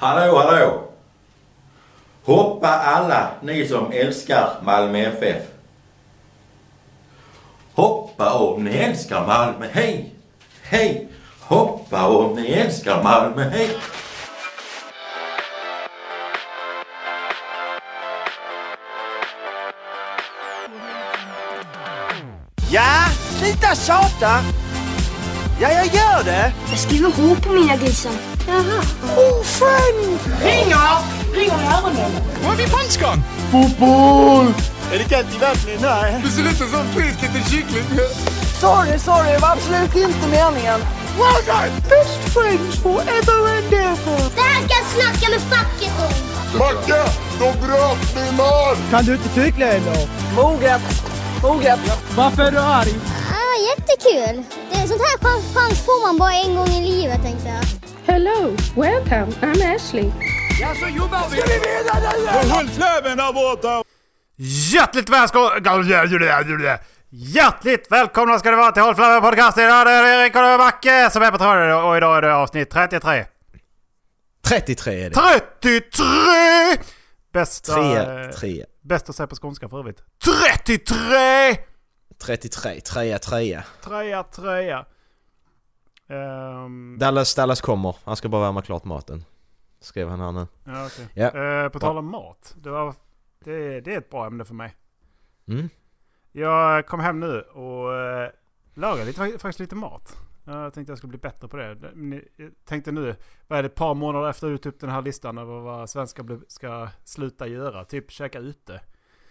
Hallå, hallå! Hoppa alla ni som älskar Malmö FF. Hoppa om ni älskar Malmö, hej! Hej! Hoppa om ni älskar Malmö, hej! Ja, sluta tjata! Ja, jag gör det! Jag skriver H på mina grisar. Jaha. Oh, friend! Ringer i öronen. Var är vi punchgång? Fotboll! Är det kallt i vattnet? Nej. Det ser ut som frisk liten kyckling. Sorry, det var absolut inte meningen. Well done! Best friends forever and ever. Det här ska jag snacka med facket om. Macke, de bröt min man! Kan du inte cykla eller? Moget. Varför är du arg? Jättekul. Det är sånt här chans får man bara en gång i livet, tänkte jag. Hello, welcome, I'm Ashley. Ja, så jobbar vi! Ska vi vinna nu? Håll fläven där borta! Hjärtligt välkomna ska det vara till Håll Flammen podcast. Idag är det Erik och Macke som är på tråden och idag är det avsnitt 33. 33 är det. 33! Bästa... 3. Bäst att säga på skånska för övrigt. 33! 33. 3. Dallas kommer. Han ska bara värma klart maten. Skrev han här nu. Ja, okay. Ja. På tal om mat. Det är ett bra ämne för mig. Mm. Jag kom hem nu och lagade faktiskt lite mat. Jag tänkte jag skulle bli bättre på det. Jag tänkte nu, vad är det, ett par månader efter ut upp den här listan över vad svenskar ska sluta göra. Typ käka ute.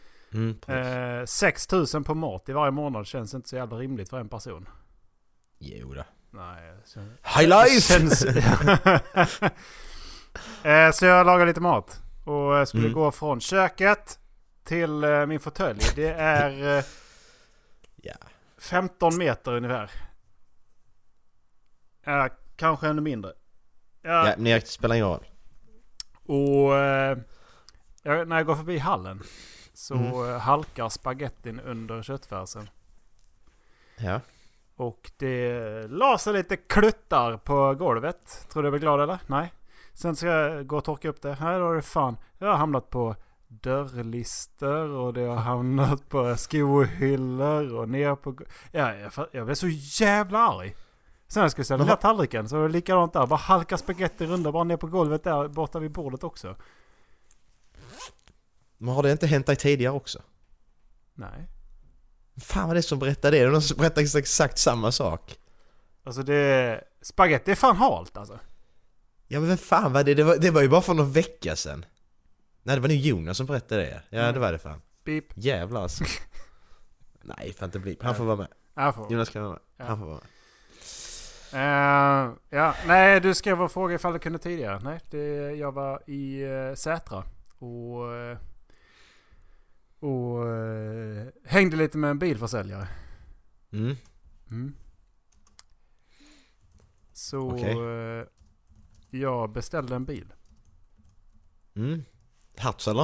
6 000 på mat i varje månad känns inte så jävla rimligt för en person. Jo då. Nej. High life! Så jag lagade lite mat. Och jag skulle gå från köket till min fåtölj. Det är 15 meter ungefär. Kanske ännu mindre. Ja, det spelar ingen roll. Och när jag går förbi hallen så halkar spagettin under köttfärsen. Ja. Och det la sig lite kluttar på golvet. Tror du blir glad eller? Nej. Sen ska jag gå och torka upp det. Här har det fan. Jag har hamnat på dörrlister och det har hamnat på skohyllor och ner på... Jag blev så jävla arg. Sen jag skulle ställa den här tallriken så var det likadant där. Bara halka spagetti runda bara ner på golvet där borta vid bordet också. Men har det inte hänt dig tidigare också? Nej. Fan vad det är som berättar det. De berättar exakt samma sak. Alltså spagetti är fan halt alltså. Ja men vem fan var det? Det var ju bara för någon vecka sedan. Nej, det var nog Jonas som berättade det. Ja, det var det fan. Beep. Jävlar alltså. Nej, fan inte bli. Han får vara med. Jonas kan vara med. Han får vara med. Nej, du skrev och frågade ifall du kunde tidigare. Nej, jag var i Sätra och hängde lite med en bilförsäljare. Så jag beställde en bil. Hertz eller?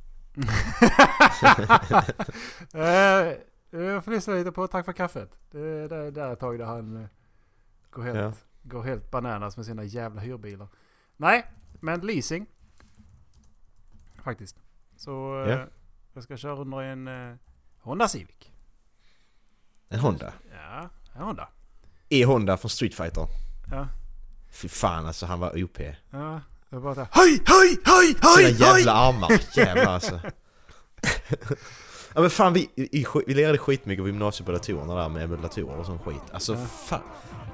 Jag får lyssna lite på tack för kaffet. Det är där ett tag där han går helt bananas med sina jävla hyrbilar. Nej, men leasing. Faktiskt. Så jag ska köra under en Honda Civic. En Honda? Ja, en Honda. Honda från Street Fighter. Ja. Fy fan alltså, han var OP. Ja, det var bara där. Sina jävla armar. Jävlar alltså. Ja men fan, vi lärde skitmycket på gymnasiet på datorerna där med emulatorer och sån skit. Alltså fan.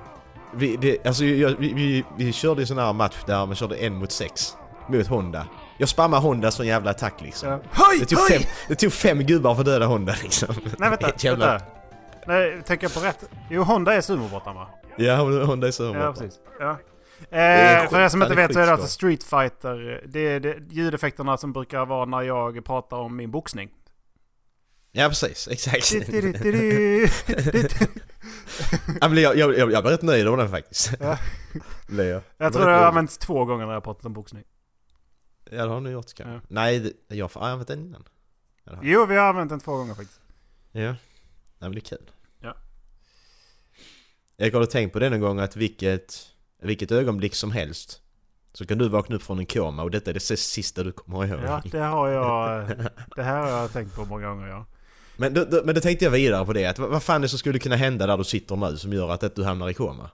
Vi körde ju sån här match där man körde 1 mot 6 mot Honda. Jag spammade Honda som jävla attack liksom. Ja. Det tog 5 gubbar för att döda Honda liksom. Nej vänta. Nej, tänker jag på rätt. Jo, Honda är sumobotten va? Ja, Honda är sumobotten. Ja, precis. Ja. För er som inte vet så är det alltså Street Fighter. Det är ljudeffekterna som brukar vara när jag pratar om min boxning. Ja, precis. Exakt. Jag blev rätt nöjd av den faktiskt. Ja. Jag tror det har använts 2 gånger när jag pratat om boxning. Ja, det har du gjort kanske. Ja. Nej, jag har använt den innan. Jo, vi har använt den 2 gånger faktiskt. Ja, det blir kul. Ja. Jag har tänkt på det någon gång att vilket ögonblick som helst Så kan du vakna upp från en koma och detta är det sista du kommer ihåg. Ja, det har jag. Det här har jag tänkt på många gånger, ja. Men då tänkte jag vidare på det. Att vad fan är det som skulle kunna hända där du sitter nu som gör att du hamnar i koma?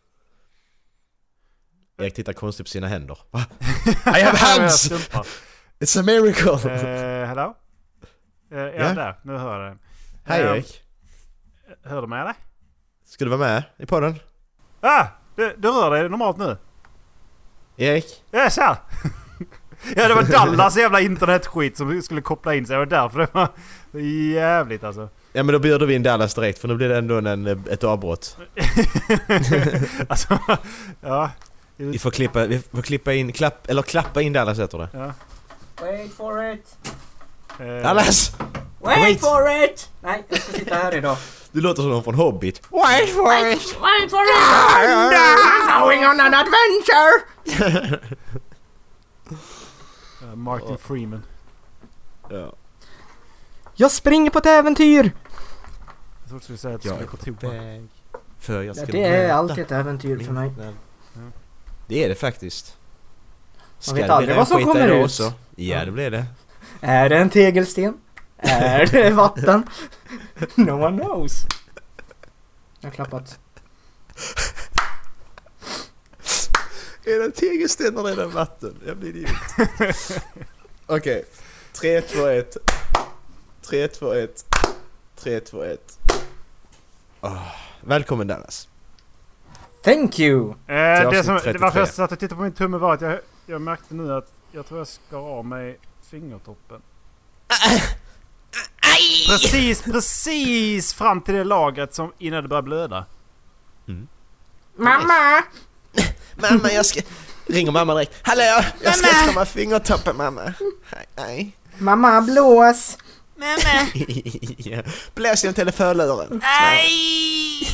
Erik tittar konstigt på sina händer. I have hands! It's a miracle! Hello? Där, nu hör jag det. Hej Erik. Hör du mig eller? Ska du vara med i podden? Du rör dig normalt nu. Erik? Ja, tja! Ja, det var Dallas jävla internetskit som skulle koppla in sig. Det var därför det var jävligt alltså. Ja, men då bjuder vi in Dallas direkt för nu blir det ändå ett avbrott. Alltså, ja. Vi får klappa in Dallas heter det. Ja. Wait for it. Dallas! Wait for it! Nej, jag ska sitta här idag. Du låter som någon från Hobbit. Wait for it! Wait for it! I'm going on an adventure! Martin Freeman. Ja. Jag springer på ett äventyr! Jag trodde du skulle säga att du skulle på toa. Det är alltid ett äventyr för mig. Det är det faktiskt. Man vet aldrig vad som kommer ut. Också? Ja, det blir det. Är det en tegelsten? Är det vatten? No one knows. Jag har klappat. Är det en tegelsten eller är det vatten? Jag blir idiot. Okej. 3, 2, 1. 3, 2, 1. 3, 2, 1. Välkommen Dallas. Thank you. Varför jag satt och tittade på min tumme var att jag märkte nu att jag tror jag skar av mig fingertoppen. Precis fram till det lagret som innan det började blöda. Mamma! Mamma, jag ska... Ringer mamma direkt. Hallå, jag ska ta mig fingertoppen, mamma. Nej. Mamma, blås! Mamma! Ja. Blås genom telefonluren. Nej!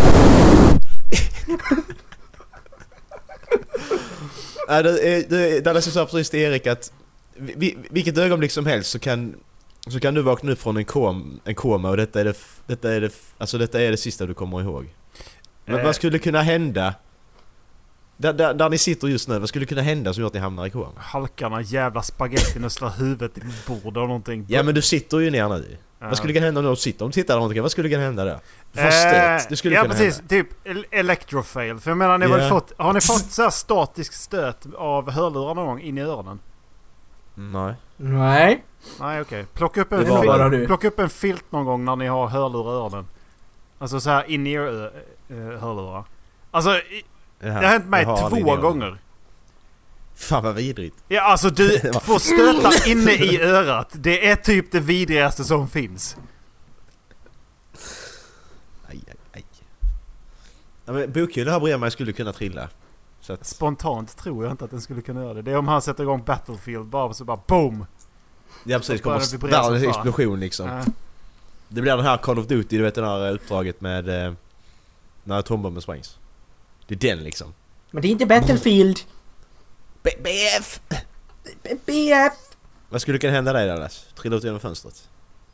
Där sa precis till Erik att vilket ögonblick som helst så kan du vakna upp från en koma och detta är det sista du kommer ihåg. Men vad skulle kunna hända där ni sitter just nu? Vad skulle kunna hända som gör att ni hamnar i koma? Halkarna jävla spagetti och huvudet i bordet och någonting. Ja, men du sitter ju ner nu. Vad skulle kunna hända när du sitter? Om du tittar där någonting, vad skulle kunna hända där? Det skulle kunna precis. hända. Typ electrofail. För jag menar, har ni fått så här statisk stöt av hörlurar någon gång in i öronen? Nej, okej. Plocka upp en filt någon gång när ni har hörlurar i öronen. Alltså så här in i hörlurar. Alltså, det har hänt mig 2 gånger. Fan vad vidrigt. Ja, alltså du får stöta inne i örat. Det är typ det vidrigaste som finns. Aj. Ja, men bokhyllan här bredvid mig skulle kunna trilla. Så att... Spontant tror jag inte att den skulle kunna göra det. Det är om han sätter igång Battlefield bara så bara boom. Ja, precis. Kommer världens explosion liksom. Det blir den här Call of Duty, du vet den här uppdraget med när atombomben sprängs. Det är den liksom. Men det är inte Battlefield. BF! Vad skulle kunna hända dig Dallas? Trilla ut genom fönstret.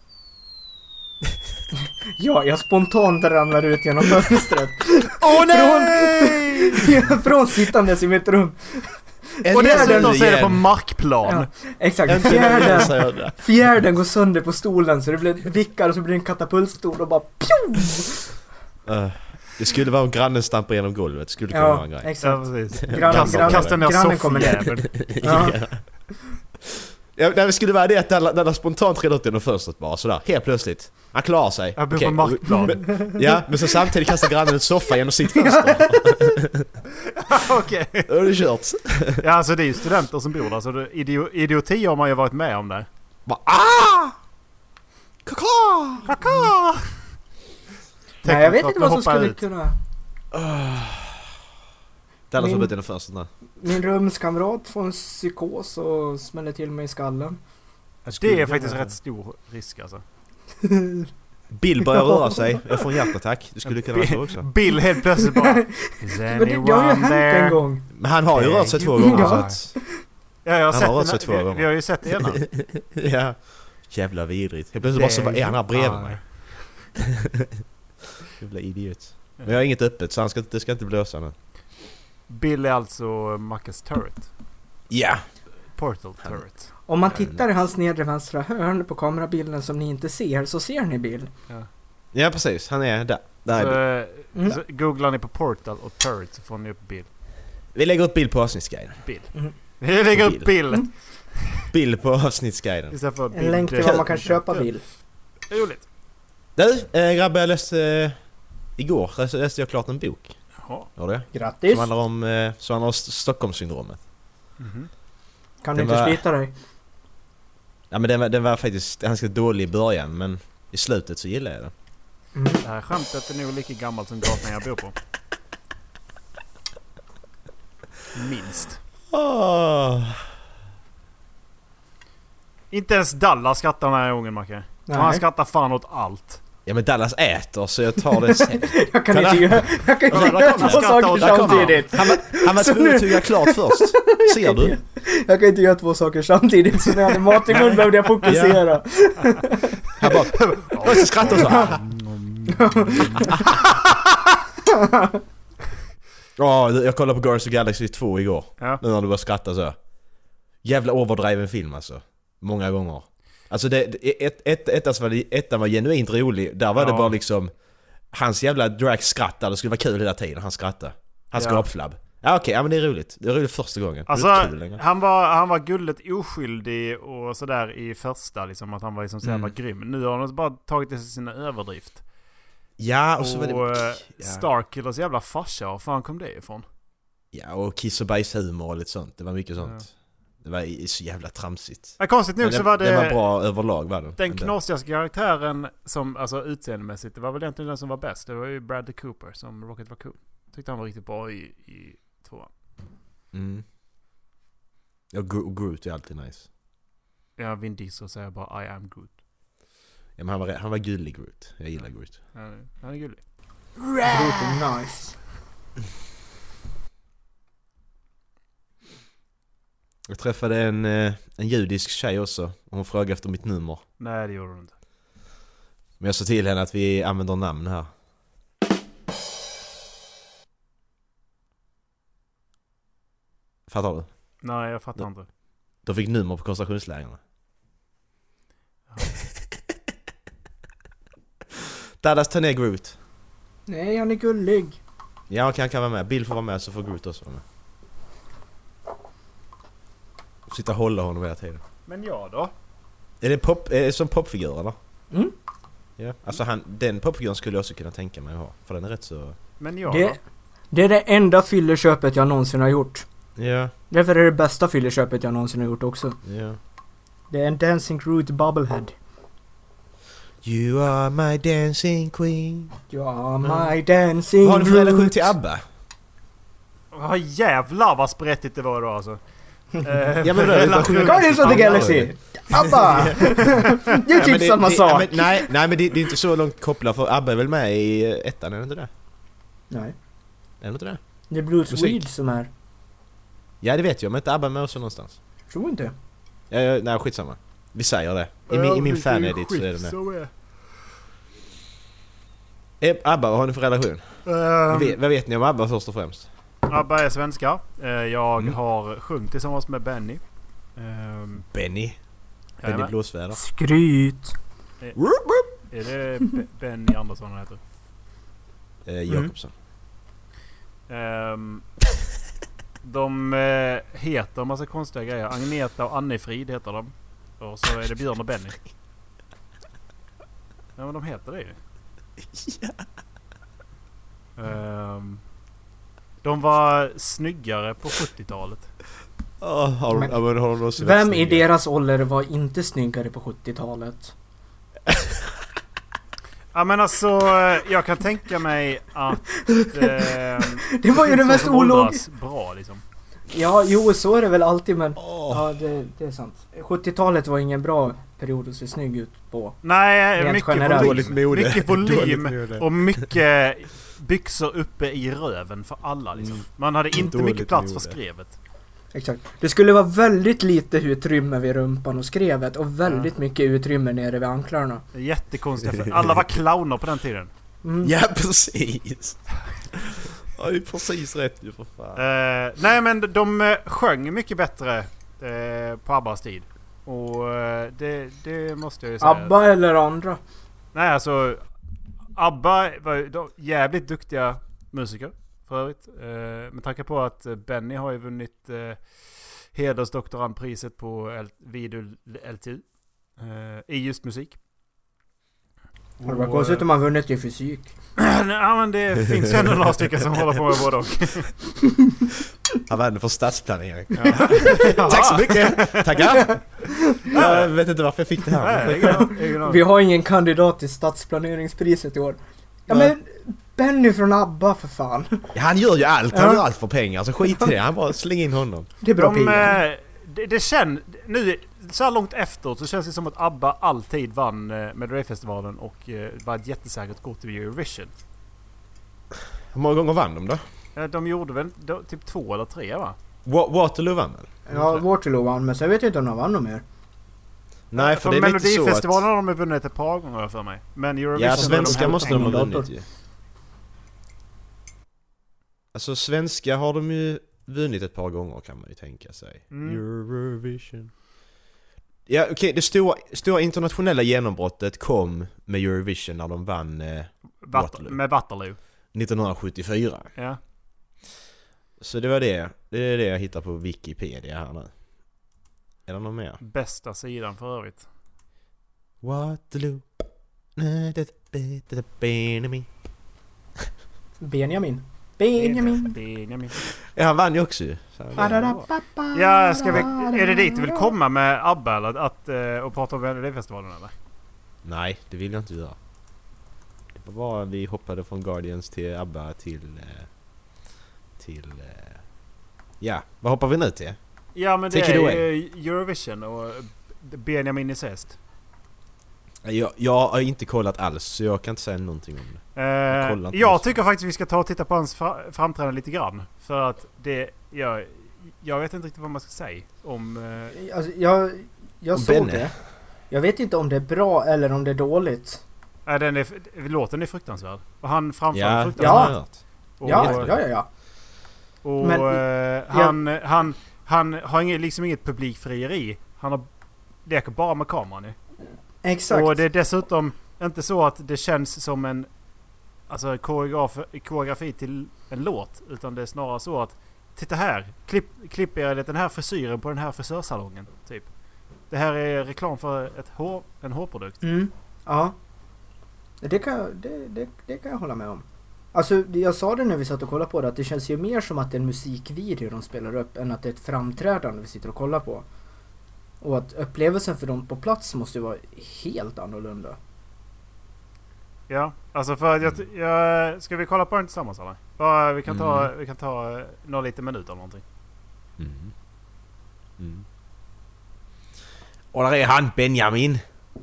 Ja, jag spontant ramlar ut genom fönstret. Åh nej! Från sittandes i mitt rum. Och dessutom så är det på markplan. Ja, exakt. Fjärden går sönder på stolen så det blir vickar och så blir det en katapultstol och bara det skulle vara om grannen stampar genom golvet. Det skulle kunna vara en grej. Exakt. Ja, precis. Kasta ner soffjäveln. Ja, det skulle vara det att den spontant trillar ut genom fönstret bara sådär. Helt plötsligt. Han klarar sig. Jag bor på markplan. Ja, men så samtidigt kastar grannen ett soffa genom sitt fönster. Okej. Då är det kört. Ja, alltså det är ju studenter som bor där. Så idioti har man ju varit med om det. Bara, Kaka! Nej, jag vet inte vad som skulle kunna... Det är alla som genom fönstret där. Min rumskamrat får en psykos och smäller till mig i skallen. Det är faktiskt rätt stor risk alltså. Bill börjar röra sig. Jag får en hjärtattack. Det skulle kunna vara så också. Bill helt plötsligt bara... Men det har ju hänt en gång. Men han har ju rört sig 2 gånger. Så att... Ja, jag har han sett har rört sig 2 gånger. Vi har ju sett det ena. Ja. Jävla vidrigt. Helt plötsligt bara så är han här bredvid mig. Jävla idiot. Men jag har inget öppet så det ska inte blåsa nu. Bill är alltså Mackes turret. Ja. Portal turret. Om man tittar i hans nedre vänstra hörn på kamerabilden som ni inte ser, så ser ni Bill. Ja, precis. Han är där. Så googlar ni på Portal och turret så får ni upp Bill. Vi lägger upp bild på avsnittsguiden. Vi lägger upp Bill. Bild på avsnittsguiden. En länk till var man kan köpa Bill. Roligt. Du, grabbar, jag läste igår läste jag klart en bok. Jaha. Ja, det. Grattis. Som handlar om Stockholmssyndromet. Kan du inte slita dig? Ja, men den var faktiskt ganska dålig i början, men i slutet så gillade jag den. Det här skämtet är nog lika gammalt som gatan jag bor på. Minst. Inte ens Dallas skrattar den här gången, Macke. Han skrattar fan åt allt. Ja, men Dallas äter så jag tar det sen. Jag kan inte göra två saker samtidigt. Han var tvungen att tugga klart först. Ser du? Jag kan inte göra två saker samtidigt, så när jag hade mat i mun behövde jag fokusera. Han bara... Jag ska skratta så här. Jag kollade på Guardians of the Galaxy 2 igår. Ja. Nu när du bara skrattar så här. Jävla overdriven film alltså. Många gånger. Alltså ettan var genuint rolig. Där var det bara liksom hans jävla drag-skratt där. Det skulle vara kul hela tiden. Han skrattade. Han skrapflabb. Ja, okej, men det är roligt. Det är roligt första gången. Alltså, han var gulligt oskyldig och sådär i första liksom, att han var liksom så jävla grym. Nu har han bara tagit det till sina överdrift. Ja, och så var det... Starkillers jävla farsa, var fan kom det ifrån? Ja, och kiss och bajshumor och lite sånt. Det var mycket sånt. Ja. Det var så jävla tramsigt. Ja, konstigt nog så var det... Det var bra överlag, var det? Den knasigaste karaktären som, alltså utseendemässigt, det var väl egentligen den som var bäst. Det var ju Bradley Cooper som Rocket Raccoon. Tyckte han var riktigt bra i tvåan. Ja, Groot är alltid nice. Ja, Vin Diesel säger bara I am Groot. Ja, men han var gullig Groot. Jag gillar Groot. Han är gullig. Groot är nice. Jag träffade en judisk tjej också. Och hon frågade efter mitt nummer. Nej, det gjorde hon inte. Men jag sa till henne att vi använder namn här. Fattar du? Nej, jag fattar inte. De fick nummer på koncentrationslägren. Dallas, ta ner Groot. Nej, han är gullig. Ja, han kan vara med. Bill får vara med, så får Groot också vara med. Sitta och hålla honom hela tiden. Men ja då? Är det som popfigur eller? Ja, alltså den popfiguren skulle jag också kunna tänka mig att ha. För den är rätt så... Men ja det är det enda fyllerköpet jag någonsin har gjort. Ja. Därför är det bästa fyllerköpet jag någonsin har gjort också. Ja. Det är en Dancing Groot Bubblehead. You are my dancing queen. You are my dancing Groot. Har du för relation till ABBA? Jävlar vad sprättigt det var då alltså. Ja, men Guardians of the Galaxy. ABBA. Det är typ samma sak. Nej, men det är inte så långt kopplat, för ABBA är väl med i ettan, är det inte det? Nej. Är det inte det? Det är Bruce Weed som är. Ja, det vet jag, men inte ABBA med också någonstans. Tror inte. Nej, skitsamma. Vi säger det. I min fan-edit så är det med. ABBA, vad har ni för relation? Vad vet ni om ABBA först och främst? ABBA är svenska. Jag har sjungit tillsammans med Benny. Benny Blåsväder. Skryt. Är det Benny Andersson han heter? Jakobsson. De heter en massa konstiga grejer. Agneta och Annefrid heter de. Och så är det Björn och Benny. Ja, men de heter det ju. De var snyggare på 70-talet. Vem i deras ålder var inte snyggare på 70-talet? Ja, men alltså, jag kan tänka mig att det var ju det mest ologiska. Bra liksom. Ja, jo, så är det väl alltid, men ja, det är sant. 70-talet var ingen bra period att se snygg ut på. Nej, mycket volym och mycket byxor uppe i röven för alla liksom. Man hade inte mycket plats för skrevet. Exakt. Det skulle vara väldigt lite utrymme vid rumpan och skrevet och väldigt mycket utrymme nere vid anklarna. Jättekonstigt, för alla var clowner på den tiden. Ja, precis. Ja, det är precis rätt ju för fan. Nej, men de sjöng mycket bättre på Abbas tid. Och det måste jag ju säga. Abba eller andra? Nej, alltså Abba var jävligt duktiga musiker för övrigt. Med tanke på att Benny har ju vunnit hedersdoktorandpriset på vid LTU i just musik. Har det varit konstigt om man vunnit i fysik? Ja, men det finns ju ändå några stycken som håller på med både och. Han vann för stadsplanering. Ja. Tack så mycket! Tackar! Jag vet inte varför jag fick det här. Nej, Vi har ingen kandidat till stadsplaneringspriset i år. Ja, men Benny från Abba för fan. Ja, han gör ju allt. Han gör allt för pengar. Så skit i det. Han bara slänger in honom. Det är bra pengar. Det känns nu så här långt efteråt så känns det som att Abba alltid vann Melodifestivalen och var ett jättesäkert kort till Eurovision. Hur många gånger vann de då? De gjorde väl typ 2 eller 3, va? Waterloo vann väl? Ja, Waterloo vann, men så jag vet inte om de vann något mer. Nej, för det är lite så att... Melodifestivalen har de vunnit ett par gånger för mig. Men Eurovision... Ja, svenska de måste de ha vunnit ju. Alltså svenska har de ju vunnit ett par gånger kan man ju tänka sig. Eurovision. Ja, okej, det stora internationella genombrottet kom med Eurovision när de vann Waterloo. Med Waterloo. 1974. Ja. Så det var det. Det är det jag hittar på Wikipedia här nu. Är det något mer? Bästa sidan för övrigt. Waterloo. Benjamin. Ja, han vann ju också ju. Ja, är det dit du vill komma med ABBA eller och prata om Melodifestivalen eller? Nej, det vill jag inte göra. Det var bara vi hoppade från Guardians till ABBA till ja, vad hoppar vi nu till? Ja, men det är Eurovision och Benjamin i Zest. Jag har inte kollat alls så jag kan inte säga någonting om det. Jag tycker faktiskt vi ska ta och titta på hans framträdande lite grann. För att jag vet inte riktigt vad man ska säga om... Alltså, jag såg det. Jag vet inte om det är bra eller om det är dåligt. Låten är fruktansvärd. Och han framför fruktansvärt. Ja. Och han har liksom inget publikfrieri. Han leker bara med kameran nu. Exakt. Och det är dessutom inte så att det känns som en koreografi till en låt, utan det är snarare så att titta här, klipp er den här frisyren på den här frisörsalongen typ. Det här är reklam för en hårprodukt. Ja. Det kan jag hålla med om. Alltså jag sa det när vi satt och kollade på det, att det känns ju mer som att det är en musikvideo de spelar upp än att det är ett framträdande vi sitter och kollar på. Och att upplevelsen för dem på plats måste ju vara helt annorlunda. Ja, alltså för att ska vi kolla på den tillsammans eller? Vi kan ta några lite minuter eller någonting. Och där är han, Benjamin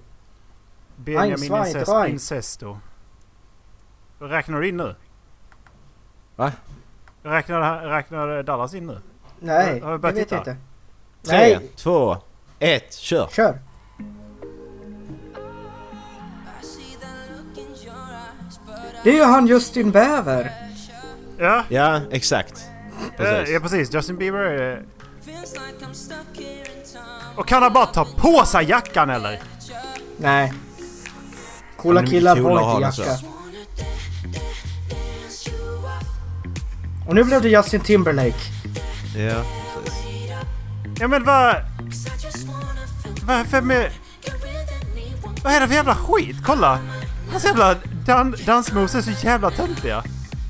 Incesto. Räknar du in nu? Va? Räknar Dallas in nu? Nej, jag vet inte. 3, 2, 1, kör! Det är ju han Justin Bieber. Ja, exakt. Precis. Ja, precis. Justin Bieber. Och kan han bara ta på sig jackan eller? Nej. Coola killar har inte jacka. Och nu blev det Justin Timberlake. Ja, precis. Ja, men vad är det för jävla skit? Kolla! Hans jävla dansmoves är så jävla töntiga.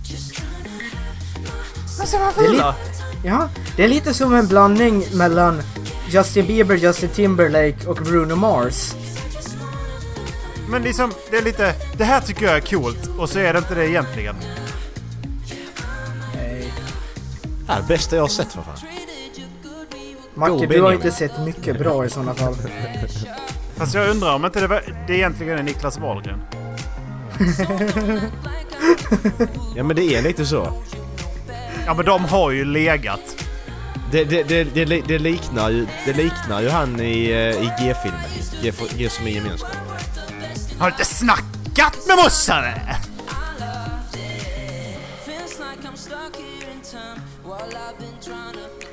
Det är lite som en blandning mellan Justin Bieber, Justin Timberlake och Bruno Mars. Men liksom, det är lite... Det här tycker jag är coolt, och så är det inte det egentligen. Nej. Det är det bästa jag har sett för fan. Macke, du har inte sett mycket bra i sådana fall. Fast jag undrar om inte det egentligen är Niklas Wahlgren. Ja, men det är lite så. Ja, men de har ju legat. Det liknar ju han i G-filmen. G som är gemenskap. Har du inte snackat med mossare?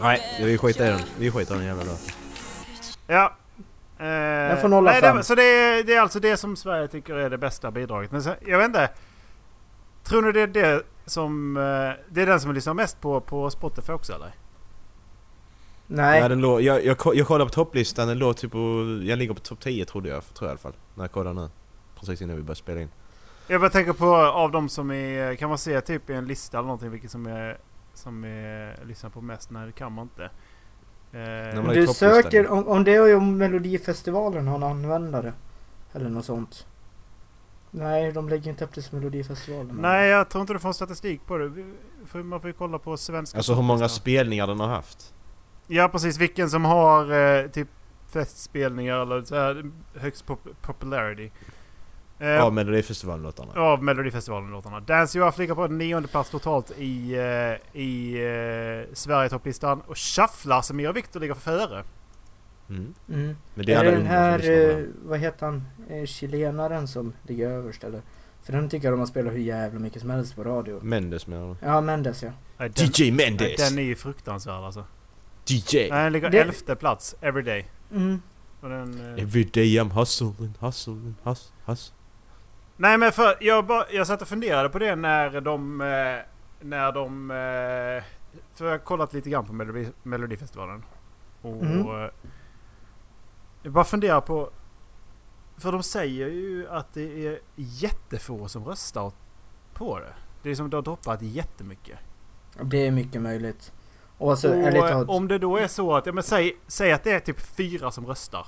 Nej, vi skiter i den. Vi skiter i den jävla låten. Ja. Jag får 0/5. Så det är alltså det som Sverige tycker är det bästa bidraget. Men sen, jag vet inte. Tror ni det är det som... det är den som lyssnar mest på Spotify också, eller? Nej. Ja, den låg, jag kollade på topplistan. Den låg typ på... Jag ligger på topp 10 tror jag i alla fall. När jag kollar nu. Precis innan vi börjar spela in. Jag bara tänker på av de som är... Kan man se typ i en lista eller någonting vilket som är lyssnar på mest? Nej, det kan man inte. Du söker... Om det är om Melodifestivalen har en användare. Eller något sånt. Nej, de lägger inte upp det som Melodifestivalen. Nej, jag tror inte du får statistik på det. Man får ju kolla på svenska... Alltså hur många spelningar den har haft. Ja, precis. Vilken som har typ festspelningar eller så här, högst popularity. Av Melodifestivalen-låtarna. Av Melodifestivalen-låtarna. Dance You Off ligger på 9:e plats totalt i Sverige-topplistan. Och Shuffla som jag och Victor ligger före. Men det är den här, vad heter han, chilenaren som ligger överst eller? För den tycker de har spelat hur jävla mycket som helst på radio. Mendes menar du? Ja, Mendes, ja. DJ Mendes! Den är ju fruktansvärd alltså. DJ! Nej, den ligger 11:e plats, Everyday. Och den, Everyday I'm hustling. Nej, men för jag satt och funderade på det när de för jag har kollat lite grann på Melodifestivalen. Och jag bara funderar på, för de säger ju att det är jättefå som röstar på det. Det är som det har droppat jättemycket. Det är mycket möjligt. Och alltså, om det då är så att, ja, men säg att det är typ 4 som röstar.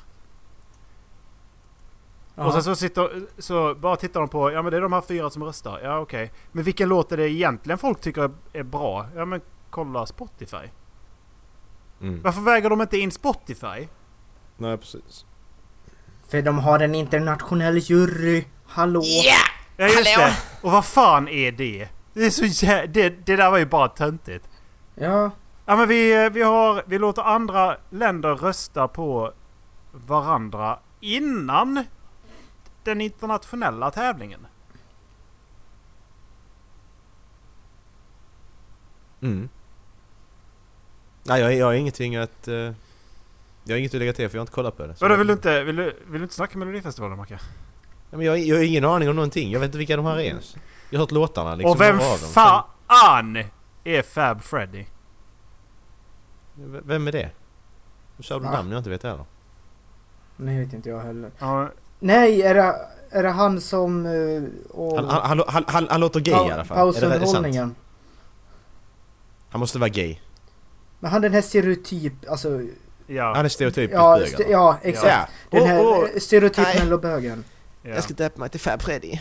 Aha. Och sen så bara tittar de på, ja men det är de här 4 som röstar. Ja, okej. Men vilken låt är det egentligen folk tycker är bra? Ja, men kolla Spotify. Varför väger de inte in Spotify? Nej, precis. För de har en internationell jury. Hallå? Ja, just det. Och vad fan är det? Det är så det där var ju bara töntigt. Ja. Ja, men vi låter andra länder rösta på varandra innan den internationella tävlingen. Nej, jag har ingenting att... jag har inget att lägga till för jag har inte kollat på det. Vadå, vill du inte snacka med Melodifestivalen, Macke? Ja, men jag har ingen aning om någonting. Jag vet inte vilka de här är ens. Jag har hört låtarna liksom. Och vem fan är Fab Freddy? Vem är det? Du sa du namn jag inte vet heller. Nej, vet inte jag heller. Ja. Nej, är det han som... Han låter gay i alla fall. Pausunderhållningen. Han måste vara gay. Men han den här stereotyp, alltså... Ja. Han är stereotyp. Ja, exakt. Den här stereotypen eller bögen. Ja. Jag ska döpa mig till Fab Freddy.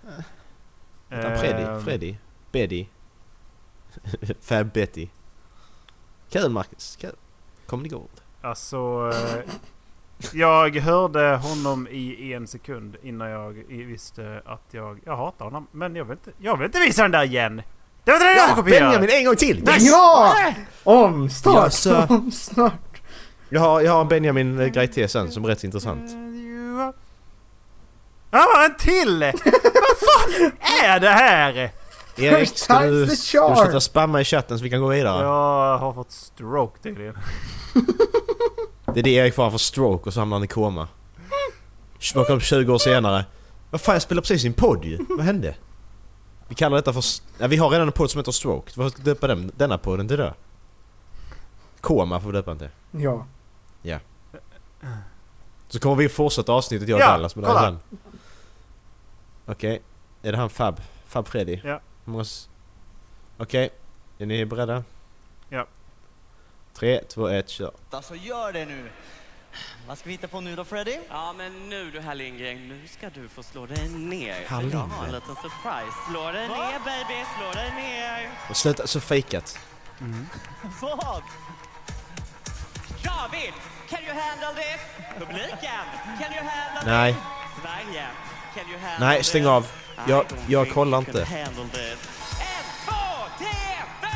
Freddy. Betty. Fab Betty. Kul, Marcus. Kul. Kom det gå. Alltså... jag hörde honom i 1 sekund innan jag visste att jag hatar honom. Men jag vill inte visa den där igen. Det var det jag kopierade. Benjamin, en gång till. Ja! Omstart. Jag har en Benjamin grej till sen som är rätt intressant. Ja, en till! Vad fan är det här? Erik, ska du sluta spamma i chatten så vi kan gå vidare? Jag har fått stroke tydligen. Det är det Erik får stroke och så hamnar han i koma. Smakar upp 20 år senare. Vad fan, jag spelar precis i en podd ju. Vad hände? Vi kallar detta för... Ja, vi har redan en podd som heter Stroke. Vad ska döpa denna podden till då? Koma får vi döpa den till. Ja. Ja. Så kommer vi fortsätta avsnittet jag och Dallas med det här sen. Okej. Är det han Fab Freddy? Ja. Okej. Är ni beredda? Ja. 3, 2, 1, kör. Alltså gör det nu. Vad ska vi hitta på nu då, Freddy? Ja, men nu du, Herr Lindgren, nu ska du få slå dig ner. Herr Jag har en liten surprise. Slå dig ner, baby, slå dig ner. Och sluta så fejkat. Vad? David, can you handle this? Publiken, can you handle this? Nej. Sverige, can you handle Nej, stäng av. Jag kollar inte. 1, 2, 3, 4!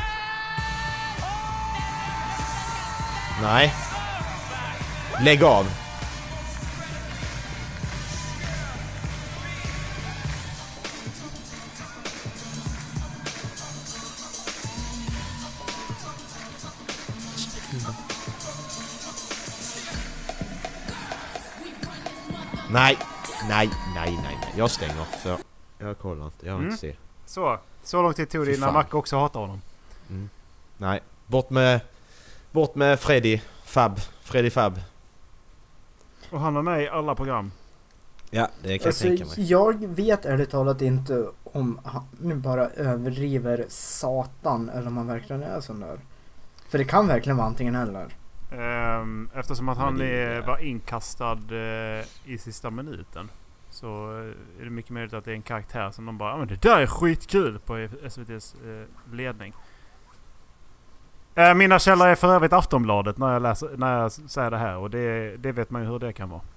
Nej. Lägg av. Nej. Jag stänger. För jag kollar inte. Jag vill inte se. Så lång tid tog det innan Macke också hatar honom. Nej. Bort med Freddy Fab. Och han var med i alla program. Ja, det kan jag tänka mig. Jag vet ärligt talat inte om han nu bara överdriver satan eller om han verkligen är sån där. För det kan verkligen vara antingen eller. Eftersom att han var inkastad i sista minuten, så är det mycket möjligt att det är en karaktär som de bara, men det där är skitkul på SVT:s ledning. Mina källor är för övrigt Aftonbladet när jag säger det här, och det vet man ju hur det kan vara.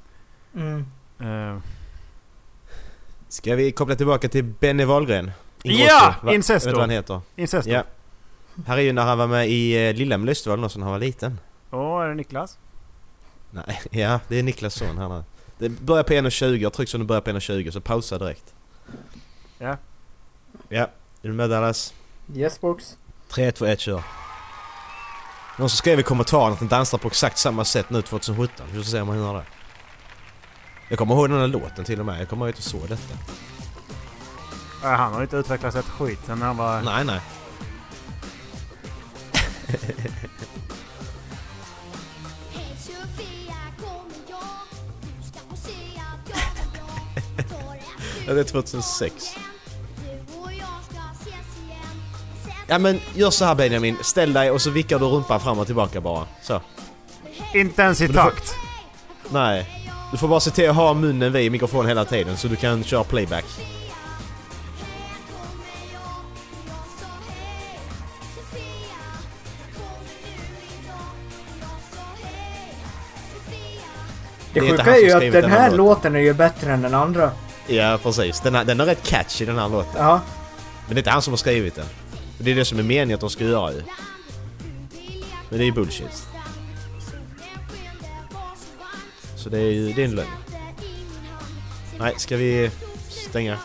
Ska vi koppla tillbaka till Benny Wahlgren? Ja! Incesto. Vet du vad han heter? Incesto. Ja. Här är ju när han var med i Lilla Melodifestivalen när han var liten. Är det Niklas? Nej, ja, det är Niklas son här nu. Det börjar på 1.20, jag trycker som det börjar på 1.20, så pausa direkt. Ja. Ja, är du med Dallas? Yes box. 3, 2, 1, kör. Någon som skrev i kommentaren att den dansar på exakt samma sätt nu 2017. Vi får se om man hör det. Jag kommer ihåg den här låten till och med. Jag kommer ihåg att jag såg detta. Han har inte utvecklat ett skit sen han var... Nej. Ja, det är 2006. Ja, men gör så här Benjamin. Ställ dig och så vickar du rumpan fram och tillbaka bara. Så. Inte ens i takt. Nej. Du får bara se till att ha munnen vid mikrofonen hela tiden så du kan köra playback. Det sjuka är ju att den här låten är ju bättre än den andra. Ja, precis. Den är rätt catchy, den här låten. Ja. Men det är inte han som har skrivit den. Det är det som är meningen att de ska göra ju. Men det är ju bullshit. Så det är en lögn. Nej, ska vi stänga?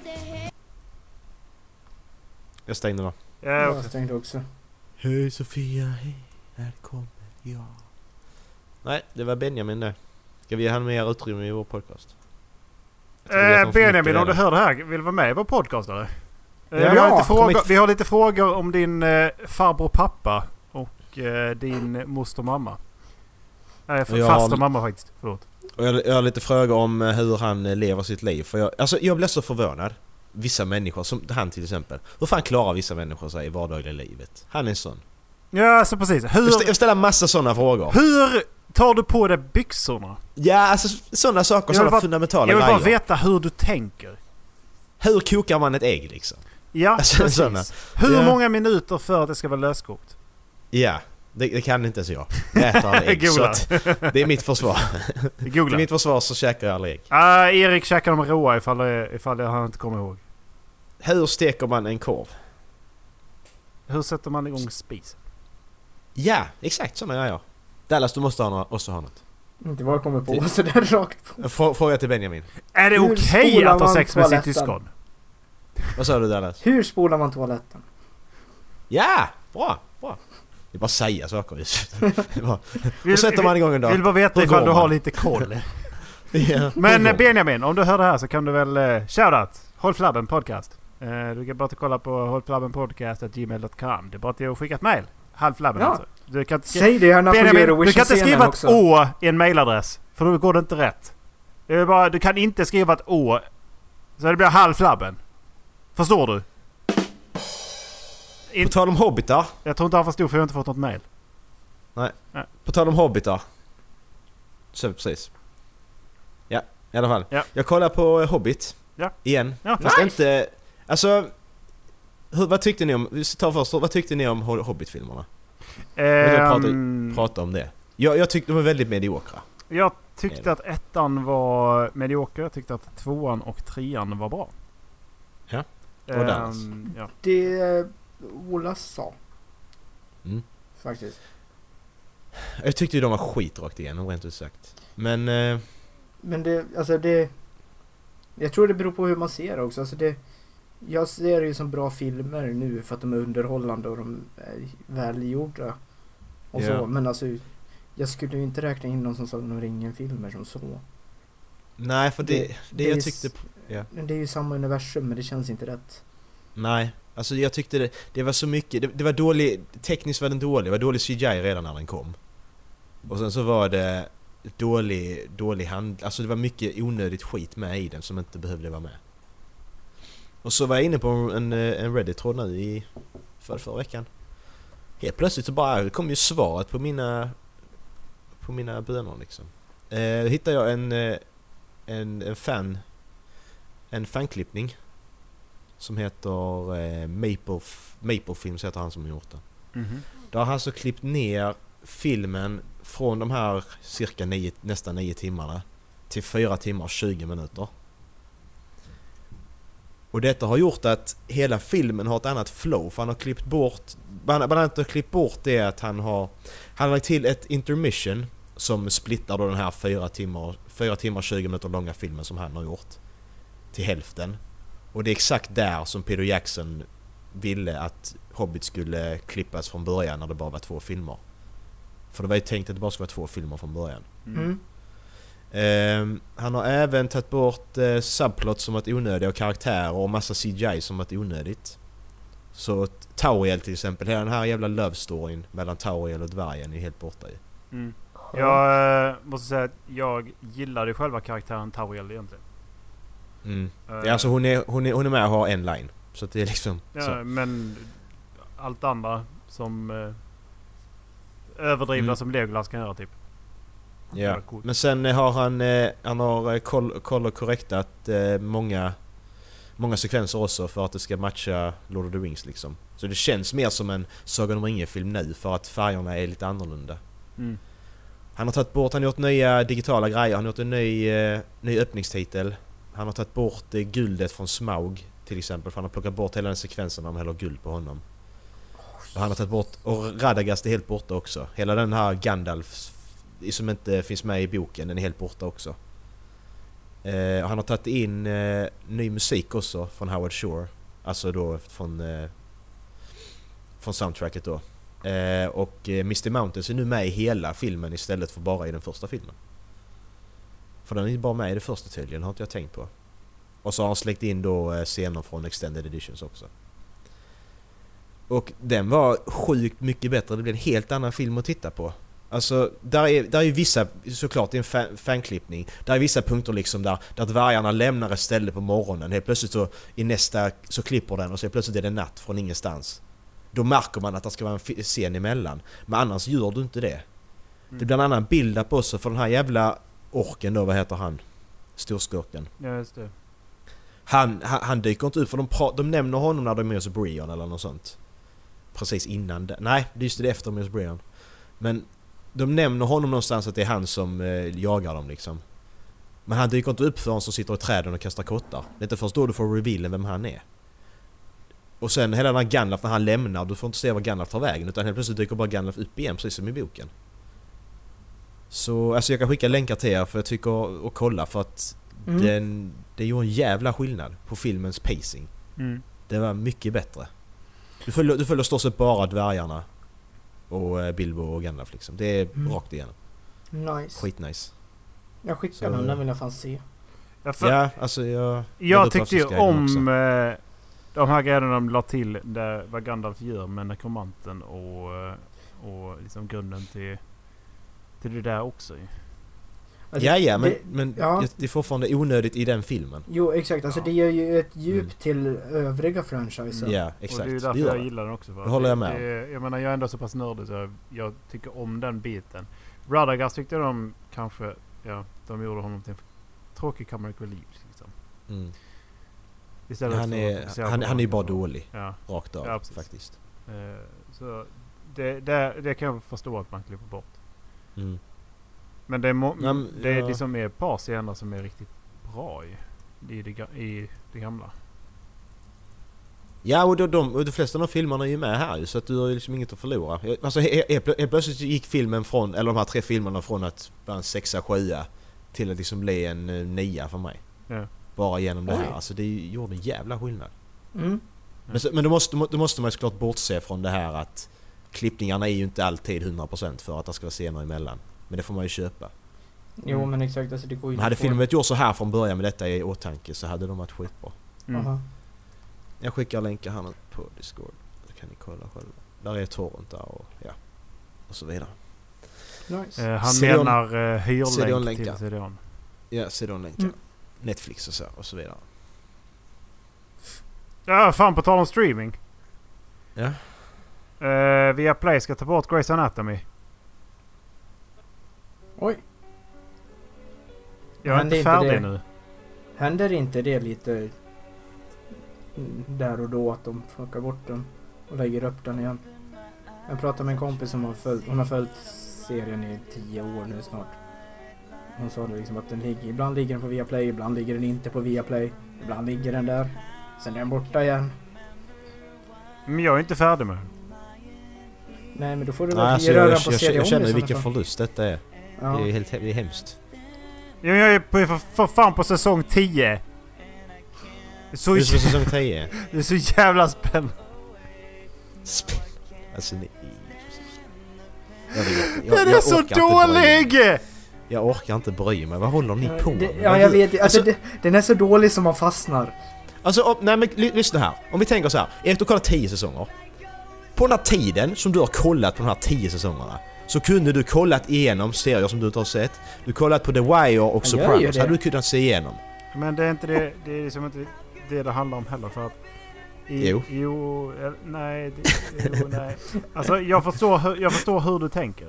Jag stängde va? Ja, jag stängde också. Hej Sofia, hej. Här kommer jag. Nej, det var Benjamin det. Ska vi ge han mer utrymme i vår podcast? Benjamin, om du hör det här, vill vara med i vår podcast eller? Vi har lite frågor om din farbror pappa och din moster mamma. Nej, faster mamma faktiskt. Förlåt. Och jag har lite frågor om hur han lever sitt liv. För jag blir så förvånad. Vissa människor, som han till exempel. Hur fan klarar vissa människor sig i vardagliga livet? Han är en sån. Ja, alltså precis. Jag ställer massa sådana frågor. Hur tar du på dig byxorna? Ja, alltså sådana saker, sådana fundamentala grejer. Jag vill bara veta hur du tänker. Hur kokar man ett ägg liksom? Ja, alltså, precis. Såna. Hur många minuter för att det ska vara löskokt? Ja, det kan inte ens jag. Jag äter aldrig ägg, så att det är mitt försvar. Googla. I mitt försvar så käkar jag aldrig ägg. Erik käkar dem råa ifall jag inte kommer ihåg. Hur steker man en korv? Hur sätter man igång spisen? Ja, exakt sådana gör jag. Dallas, du måste också ha något. Inte vad jag kommer på så där rakt på. Fråga till Benjamin. Är det okej att ha sex med sitt syskon? Vad sa du Dallas? Hur spolar man toaletten? Ja, bra. Det är bara att säga saker just. Då sätter man igång en dag. Vill bara veta ifall du har lite koll. Ja, men Benjamin, om du hör det här så kan du väl shoutout Håll Flabben podcast. Du kan bara kolla på hållflabbenpodcast@gmail.com. Det är bara till att skicka ett mail. Halvflabben alltså. Du kan säg det gärna Benjamin, du kan inte skriva ett å i en mailadress, för då går det inte rätt. Du kan inte skriva ett å så det blir halvflabben. Förstår du? På tal om hobbitar. Jag tror inte han förstod, för jag har inte fått något mail. Nej. På tal om hobbitar. Så precis. Ja, i alla fall. Ja. Jag kollar på Hobbit. Ja. Igen. Ja. Fast inte... Alltså... Vad tyckte ni om... Vi ska ta först. Vad tyckte ni om Hobbit-filmerna? Prata om det. Jag tyckte de var väldigt mediokra. Jag tyckte att ettan var medioker. Jag tyckte att tvåan och trean var bra. Ja. Och ja. Det... Ola sa. Faktiskt. Jag tyckte ju de var skit rakt igenom, rent ut sagt. Men det, alltså det... Jag tror det beror på hur man ser det också. Alltså det, jag ser det ju som bra filmer nu för att de är underhållande och de är välgjorda. Och så. Men alltså, jag skulle ju inte räkna in någon som Sagan om ringen-filmer som så. Nej, för det jag tyckte... Ja. Det är ju samma universum, men det känns inte rätt. Nej, alltså jag tyckte det var så mycket... Det var dålig... Tekniskt var den dålig. Det var dålig CGI redan när den kom. Och sen så var det dålig hand... Alltså det var mycket onödigt skit med i den som inte behövde vara med. Och så var jag inne på en Reddit-tråd nu förra veckan. Helt plötsligt så bara kom ju svaret på mina bönor liksom. Hittade jag en fanklippning som heter Maple Films heter han som har gjort den. Mhm. Där har han så klippt ner filmen från de här cirka nästan 9 timmarna till 4 timmar och 20 minuter. Och detta har gjort att hela filmen har ett annat flow, för han har klippt bort det att han har lagt till ett intermission som splittar då den här 4 timmar 20 minuter långa filmen som han har gjort till hälften. Och det är exakt där som Peter Jackson ville att Hobbit skulle klippas från början, när det bara var 2 filmer. För det var ju tänkt att det bara skulle vara 2 filmer från början. Mm. Han har även tagit bort subplots som varit onödiga och karaktärer och massa CGI som varit onödigt. Så Tauriel till exempel, hela den här jävla love storyn mellan Tauriel och dvärgen är helt borta ju. Mm. Jag måste säga att jag gillade själva karaktären Tauriel egentligen. Mm. Alltså hon är med och har en line. Så att det är liksom ja, så. Men allt andra som överdrivna som Legolas kan göra typ. Ja, men sen har han har korrektat många sekvenser också för att det ska matcha Lord of the Rings liksom. Så det känns mer som en Sagan om ringen-film nu för att färgerna är lite annorlunda. Mm. Han har gjort nya digitala grejer, han har gjort en ny öppningstitel. Han har tagit bort guldet från Smaug till exempel, för han har plockat bort hela den sekvensen när de häller guld på honom. Och han har tagit bort, och Radagast är helt borta också. Hela den här Gandalf som inte finns med i boken, den är helt borta också. Han har tagit in ny musik också från Howard Shore. Alltså då från soundtracket då. Och Misty Mountains är nu med i hela filmen istället för bara i den första filmen. För den är bara med i det första tydligen, har inte jag tänkt på. Och så har han släckt in då scener från Extended Editions också. Och den var sjukt mycket bättre. Det blev en helt annan film att titta på. Alltså, där är vissa, såklart i en fanklippning, där är vissa punkter liksom där dvärgarna lämnar ett ställe på morgonen. Helt plötsligt så i nästa så klipper den och så plötsligt är det natt från ingenstans. Då märker man att det ska vara en scen emellan. Men annars gör du inte det. Det blir en annan bild på sig för den här jävla orken då, vad heter han? Storskurken. Ja, just det. Han dyker inte ut för de nämner honom när de är med hos Brian eller något sånt. Precis innan det. Nej, det är just det efter med hos Brian. Men de nämner honom någonstans att det är han som jagar dem liksom. Men han dyker inte upp för han som sitter i träden och kastar kottar. Det är inte först då du får revealen vem han är. Och sen hela den här Gandalf när han lämnar, du får inte se vad Gandalf tar vägen, utan helt plötsligt dyker bara Gandalf upp igen precis som i boken. Så alltså jag kan skicka länkar till er för jag tycker och kolla för att det gör en jävla skillnad på filmens pacing. Mm. Det var mycket bättre. Du följer stå sig bara dvärgarna och Bilbo och Gandalf liksom. Det är rakt igenom. Nice. Skitnice. Jag skickar den vill jag fan se. Ja, alltså jag tyckte ju om de här grejerna de la till där vad Gandalf gör med nekromanten och liksom grunden till det där också. Alltså, men det är fortfarande onödigt i den filmen. Jo, exakt. Alltså det ger ju ett djup till övriga franchiser. Ja, exakt. Och det är ju därför jag gillar den också. Det håller jag med. Jag menar, jag är ändå så pass nördig så jag tycker om den biten. Radagast tyckte de kanske, de gjorde honom till en tråkig comic relief liksom. Mm. Han är ju bara dålig. Ja. Rakt av, ja, faktiskt. Så det kan jag förstå att man klipper bort. Mm. Men det är liksom ett par scener som är riktigt bra i det gamla. Ja, och de flesta av de filmerna är ju med här så att du har liksom inget att förlora. Alltså helt plötsligt gick filmen från, eller de här 3 filmerna från att vara en 6-7 till att liksom bli en 9 för mig. Ja. Bara genom det här. Alltså det gjorde en jävla skillnad. Mm. Men då måste man såklart bortse från det här att klippningarna är ju inte alltid 100% för att det ska vara scener emellan. Men det får man ju köpa. Jo men exakt, alltså det går ju. Men hade filmen gjort så här från början med detta i åtanke så hade de varit skitbra. Jag skickar länkar här nu på Discord. Så kan ni kolla själva. Där är torrent där och så vidare. Nice. Han CD-on, menar hyrlänk CD-on-länkar. till CD-on. Ja, CD-on-länkar. Netflix och så vidare. Ja, fan på tal om streaming. Ja. Viaplay ska ta bort Grey's Anatomy. Oj. Jag är inte färdig nu. Händer inte det lite där och då att de plockar bort den och lägger upp den igen? Jag pratade med en kompis som har följt serien i 10 år nu snart. Hon sa det liksom att ibland ligger den på Viaplay, ibland ligger den inte på Viaplay, ibland ligger den där, sen är den borta igen. Men jag är inte färdig med den. Nej, men då får du väl göra den på CD-on. Jag känner vilken förlust detta är. Ja. Det är hemskt. Jag är på för fan på säsong 10. Det är så säsong 10. Det är så jävla spännande. Alltså ni... Den är så dålig! Jag orkar inte bry mig. Vad håller ni på med? Ja, jag vet. Alltså, den är så dålig som man fastnar. Alltså, nej men lyssna här. Om vi tänker så här. Erik, du kollar 10 säsonger. På den här tiden som du har kollat på de här 10 säsongerna så kunde du kollat igenom serier som du inte har sett. Du kollat på The Wire och Sopranos. Hade du kunnat se igenom. Men det är inte det. Det är liksom inte det handlar om heller för att... Nej. Alltså jag förstår hur du tänker.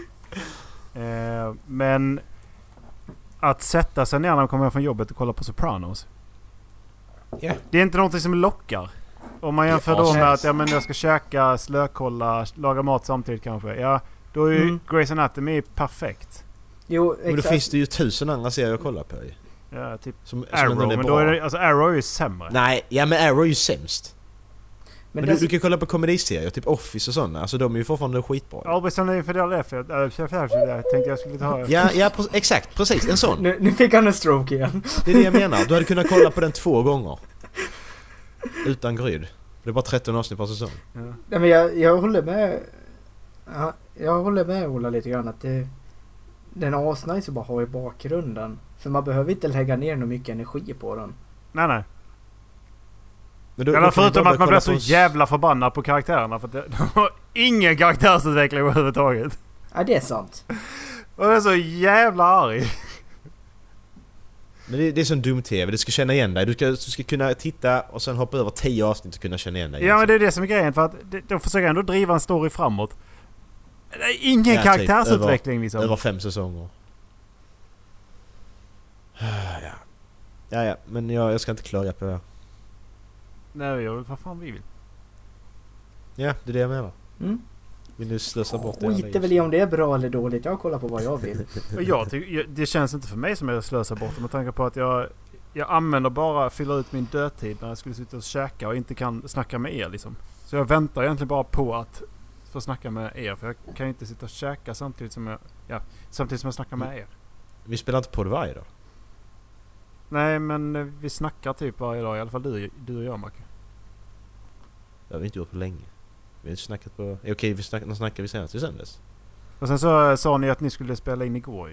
Men att sätta sig ner när man kommer från jobbet och kolla på Sopranos. Yeah. Det är inte någonting som lockar. Om man jämför då med att jag ska käka, slökolla, laga mat samtidigt kanske. Ja, då är ju Grey's Anatomy perfekt. Jo, exakt. Men då finns det ju 1000 andra serier att kolla på. Ja, typ som Arrow, men då är det, alltså Arrow är ju sämre. Nej, men Arrow är ju sämst. Men det du kan kolla på komediserier, typ Office och sådana. Alltså de är ju fortfarande skitbra. Arbetsen är för det jag tänkte jag skulle ta. Ja, exakt, precis, en sån. Nu fick han en stroke igen. Det är det jag menar. Du hade kunnat kolla på den 2 gånger. Utan gryd. Det är bara 13 avsnitt per säsong. Ja. Nej, men jag håller med. Ja, jag håller med Ola lite grann att den är asnice att bara ha i bakgrunden. För man behöver inte lägga ner något mycket energi på den. Nej. Eller förutom att man blir så jävla förbannad på karaktärerna. För att de har ingen karaktärsutveckling överhuvudtaget. Ja, det är sant. Och jag är så jävla arg. Men det är sån dum tv, du ska känna igen dig. Du ska kunna titta och sen hoppa över 10 avsnitt och kunna känna igen dig. Ja, men det är det som är grejen. För att de försöker ändå driva en story framåt. Det är ingen karaktärsutveckling typ, liksom. Över 5 säsonger. Ja, men jag ska inte klaga på det. Nej, jag vill vad fan vi vill. Ja, det är det jag menar. Vill du slösa bort det? Skiter väl i om det är bra eller dåligt. Jag kollar på vad jag vill. Det känns inte för mig som jag slösar bort det med tanke på att jag använder bara fylla ut min dödtid när jag skulle sitta och käka och inte kan snacka med er liksom. Så jag väntar egentligen bara på att få snacka med er, för jag kan inte sitta och käka samtidigt som jag snackar med er. Vi spelar inte på det varje dag. Nej, men vi snackar typ varje dag, i alla fall du och jag, Macke. Det har vi inte gjort på länge. Vi har inte snackat på... Okej, när snackade vi senast i söndags? Och sen så sa ni att ni skulle spela in igår.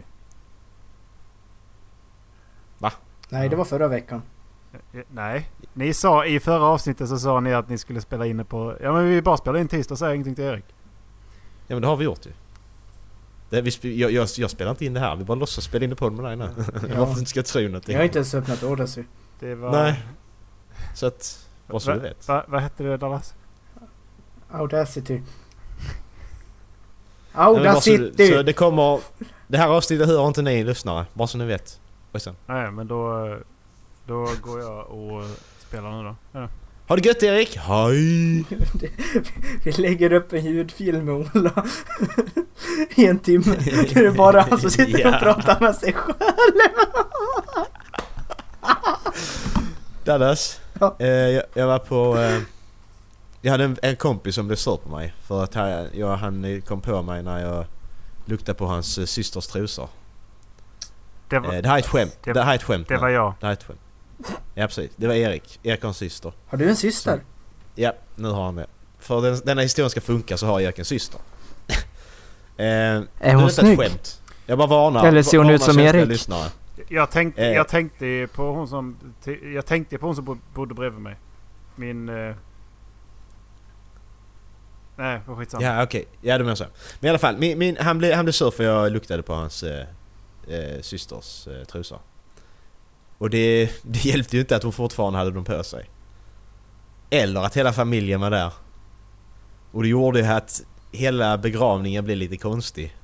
Va? Nej, det var förra veckan. Nej, ni sa i förra avsnittet så sa ni att ni skulle spela in på... Ja, men vi bara spelar in tisdag och säger ingenting till Erik. Ja, men det har vi gjort ju. Jag spelar inte in det här. Vi bara låtsas spela in det på med dig nu. Varför inte ska tro någonting? Jag har inte ens öppnat Odyssey. Det var... Nej. Så att... Vad så du vet. Vad hette det, Dallas? Audacity. Så det kommer... Det här avsnittet hör inte ni lyssnare. Bara så ni vet. Nej, men då går jag och spelar nu då. Ja. Ha det gött, Erik! Hej! Vi lägger upp en ljudfilm med Ola i 1 timme. Det är bara han som sitter och pratar med sig själv. Dallas, jag var på... Jag hade en kompis som blev sur på mig. För att han kom på mig när jag luktade på hans systers trosor. Det här är ett skämt. Det här är ett skämt. Det var jag. Det här är ett skämt. Ja, precis. Det var Erik. Erik har en syster. Har du en syster? Ja, nu har han det. För denna historien ska funka så har Erik en syster. Är hon snygg? Skämt. Jag bara varnar. Eller ser hon ut som Erik? Lyssnare. Jag tänkte på hon som bodde bredvid mig. Min... Nej, vad skitsamma. Ja, okej. Ja, det menar så. Men i alla fall, han blev sur för jag luktade på hans systers trosor. Och det hjälpte ju inte att hon fortfarande hade dem på sig. Eller att hela familjen var där. Och det gjorde ju att hela begravningen blev lite konstig.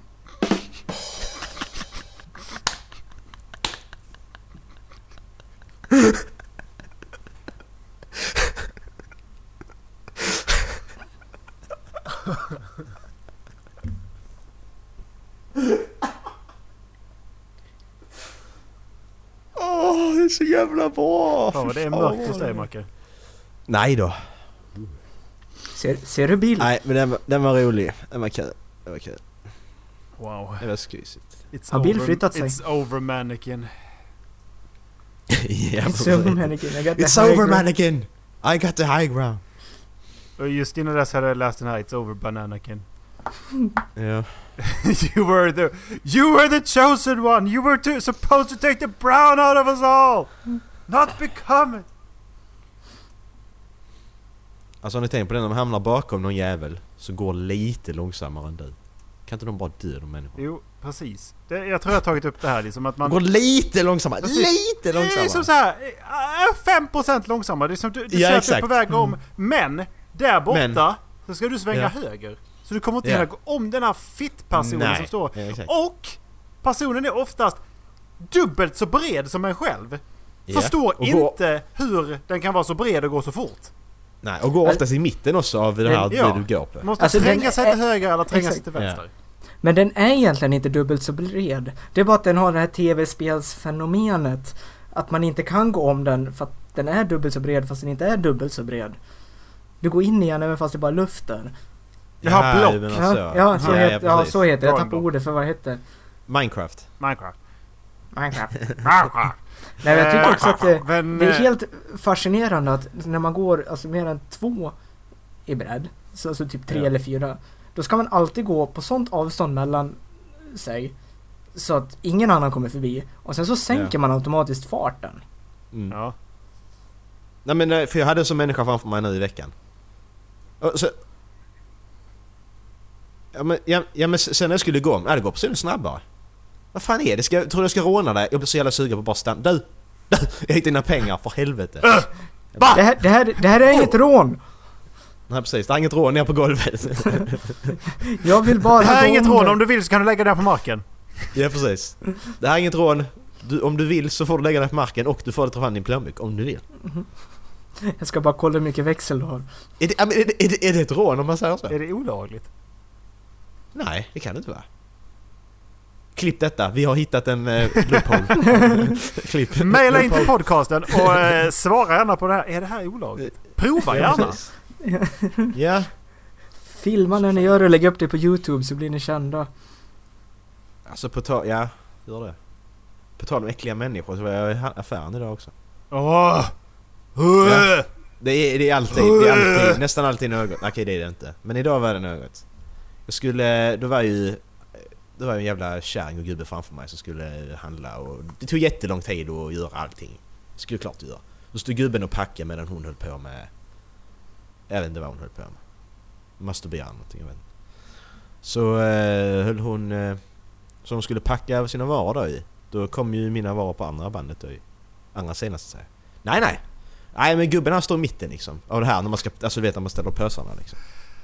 Det är så jävla bra. Fan, det är mörkt hos dig, Macke. Nej då. Ser du bild? Nej, men den var rolig. Den var kul. Wow. Det var skysigt. Har Bill flyttat sig? It's over, mannequin. Yeah, it's over, mannequin. It's over, mannequin. I got the high ground. Och just innan dess hade jag läst den här It's over, bananakin. Ja. You were the chosen one. You were supposed to take the brown out of us all. Not become it. Alltså, om ni tänker på det, när de hamnar bakom någon jävel så går lite långsammare än du. Kan inte de bara dö, de människor? Jo, precis. Jag tror jag har tagit upp det här liksom att man går lite långsammare. Lite långsammare. Det är som så här 5% långsammare. Det är som du ser att du är på väg om. Men där borta så ska du svänga höger. Så du kommer inte hinna gå om den här fitt-personen som står. Och personen är oftast dubbelt så bred som en själv. Förstår inte hur den kan vara så bred och gå så fort. Nej, och går oftast i mitten också av det här det du går på. Måste tränga sig till höger eller tränga sig till vänster. Men den är egentligen inte dubbelt så bred. Det är bara att den har det här tv-spelsfenomenet. Att man inte kan gå om den för att den är dubbelt så bred fast den inte är dubbelt så bred. Du går in igen även fast det bara är luften. Jag har block. Så heter det. Jag tappar ordet för vad heter. Minecraft. Nej, men jag tycker också att det är helt fascinerande att när man går alltså mer än 2 i bredd, så alltså typ 3 eller 4, då ska man alltid gå på sånt avstånd mellan sig så att ingen annan kommer förbi. Och sen så sänker man automatiskt farten. Ja. Nej, men för jag hade en sån människa framför mig nu i veckan. Och så, men sen när jag skulle gå det går precis snabbare. Vad fan är det? Jag tror jag ska råna dig. Jag blir så jävla sugen på bara stanna. Du! Jag hittar dina pengar, för helvete. Det här är inget rån. Nej, precis. Det är inget rån ner på golvet. Jag vill bara... Det här är inget rån. Om du vill så kan du lägga det på marken. Ja, precis. Det här är inget rån. Om du vill så får du lägga det på marken och du får det ta hand din plånbok om du vill. Jag ska bara kolla hur mycket växel du har. Är det ett rån om man säger så? Är det olagligt? Nej, det kan det inte vara. Klipp detta. Vi har hittat en loophole. Maila in till podcasten och svara gärna på det här. Är det här olagligt? Prova gärna. Ja. Filma när ni gör det och lägga upp det på YouTube så blir ni kända. Alltså gör det. På tal om äckliga människor så var jag i affären idag också. Det är alltid nästan alltid något. Okej, det är det inte. Men idag var det något. Det var en jävla kärring och gubbe framför mig som skulle handla och det tog jättelång tid att göra allting. Det skulle klart göra. Så stod gubben och packade medan hon höll på med, jag vet inte vad hon höll på med. Masturbera någonting, jag vet inte. Så höll hon så hon skulle packa sina varor då i. Då kom ju mina varor på andra bandet då i. Andra senaste säger. Nej, men gubben han står i mitten liksom. Av det här när man ska, alltså vet när man ställer pösarna liksom.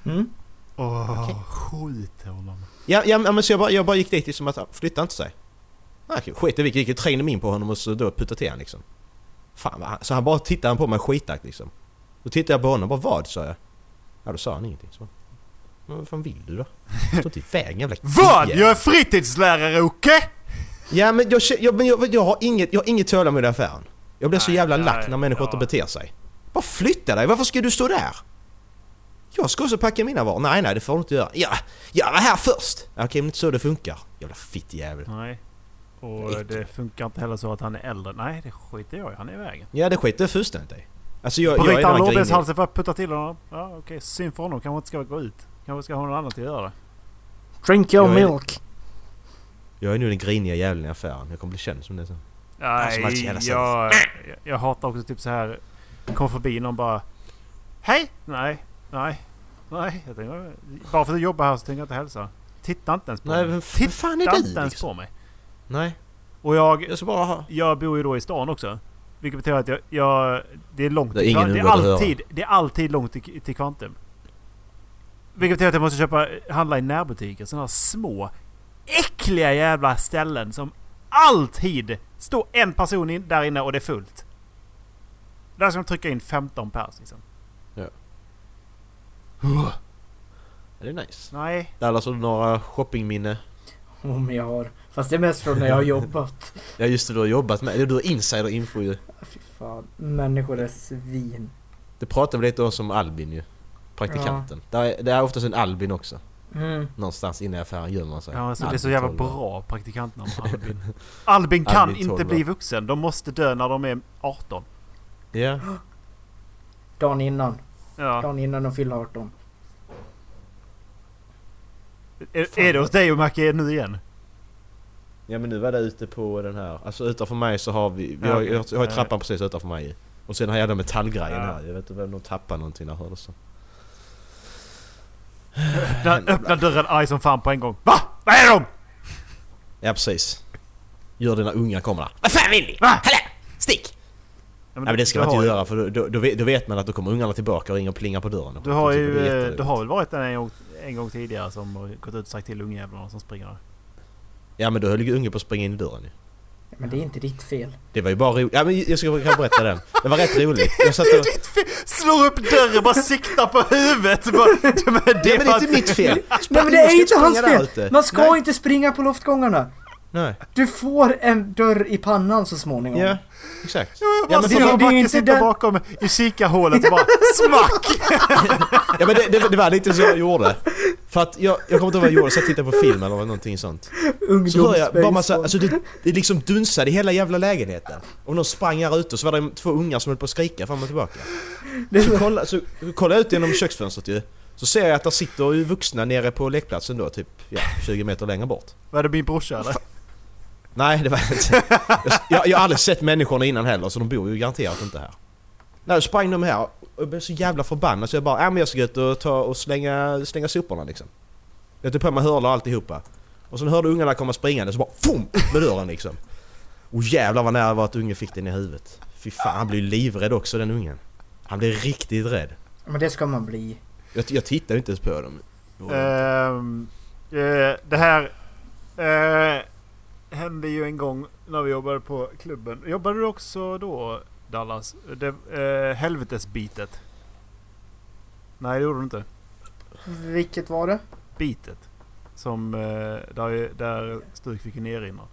Skit honom. Ja, men så jag bara gick dit liksom att flytta inte sig. Okej, skit i vilket, jag trängde mig in på honom och så då putta till han liksom. Fan, så han bara tittade på mig skitakt liksom. Då tittade jag på honom och bara, vad sa jag? Ja, då sa han ingenting så. Men vad fan vill du då? Stå till vägen jävla. Vad? Jag är fritidslärare, okej? Ja, men jag har inget tålamod i affären. Jag blir så jävla lack när människor inte beter sig. Bara flytta dig, varför ska du stå där? Jag ska också packa mina varor. Nej, det får du inte göra. Ja, här först. Okej, men inte så det funkar. Jävla fitt jävel. Nej. Och det funkar inte heller så att han är äldre. Nej, det skiter jag i. Han är i vägen. Ja, det skiter fullständigt i. Alltså jag är han lårbenshalsen för att putta till honom. Ja, okej. Synd för honom. Kanske inte ska gå ut. Kanske ska ha någon annan till att göra det. Drink your milk. Jag är nu den griniga jävlen i affären. Jag kommer bli känd som det så. Nej, jag hatar också typ så här. Kom förbi någon bara. Hej! Nej. Jag tänker, bara för att du jobbar här så tänker jag inte hälsa. Titta inte ens på mig. Fan är Titta det, inte ens liksom? på mig. Nej. Och jag bor ju då i stan också. Vilket betyder att det är långt. Det är alltid långt till Kvantum. Vilket betyder att jag måste handla i närbutiker. Sådana här små, äckliga jävla ställen som alltid står en person där inne och det är fullt. Där ska de trycka in 15 pers liksom. Ja. Är det nice? Nej. Det är alltså några shoppingminne. Om jag har. Fast det är mest från när jag har jobbat. Ja just det, du har jobbat med. Du har insider-info ju. Fy fan. Människor är svin. Det pratar vi lite om Albin ju. Praktikanten. Ja. Det är oftast en Albin också. Någonstans inne i affären gömmer man sig. Ja, så det är så jävla bra praktikanten om Albin. Albin kan Albin inte bli vuxen. De måste dö när de är 18. Ja. Dagen innan. Ja. Dagen innan de fyller 18. Är det hos dig och Macke nu igen? Ja men nu var det ute på den här. Alltså utanför mig så har jag har trappan precis utanför mig. Och sen har jag den metallgrejen här. Jag vet inte vem de tappar någonting när jag hörde så. Öppna dörren arg som fan på en gång. Va? Vad är de? Ja precis. Gör det när unga kommer där. Vad fan vill ni? Va? Hallå! Stick! Ja, men det ska man inte göra för då vet man att då kommer ungarna tillbaka och ringer och plingar på dörren. Du har väl varit där en gång tidigare som har gått ut och sagt till ungjävlarna som springer där. Ja men då höll ju unge på att springa in i dörren ju. Ja, men det är inte ditt fel. Det var ju bara roligt. Ja men jag ska berätta den. Det var rätt roligt. Jag satt och... ditt fel. Slår upp dörren, bara siktar på huvudet. Det är inte mitt fel. Nej men det är inte hans fel. Man ska inte springa på loftgångarna. Nej. Du får en dörr i pannan så småningom. Ja, exakt. Ja, men det är inte sitta bakom i kikarhålet och bara smack. Ja men det var lite så jag gjorde. För att jag kommer inte ihåg vad jag gjorde, så jag tittade på film eller någonting sånt. Så hör jag bara massa, alltså det liksom dunsade i hela jävla lägenheten. Och någon sprang här ute och så var det 2 ungar som höll på att skrika fram och tillbaka. Så kollade jag ut genom köksfönstret ju. Så ser jag att det sitter vuxna nere på lekplatsen då, typ 20 meter längre bort. Var det min brorsa eller? Nej, det var inte. Jag har aldrig sett människorna innan heller, så de bor ju garanterat inte här. När jag sprang de här och jag blev så jävla förbannad så jag bara, men jag ska ut och ta och slänga soporna liksom. Jag tog på mig hörlar och alltihopa. Och så hörde ungarna komma springande så bara, fum, med dörren liksom. Och jävlar vad nära var att ungen fick den i huvudet. Fy fan, han blev livrädd också den ungen. Han blev riktigt rädd. Men det ska man bli. Jag tittar inte ens på dem. Det här hände ju en gång när vi jobbade på klubben. Jobbade du också då, Dallas? Helvetesbitet. Nej, det gjorde du inte. Vilket var det? Bitet. Som där Stug fick ner innan.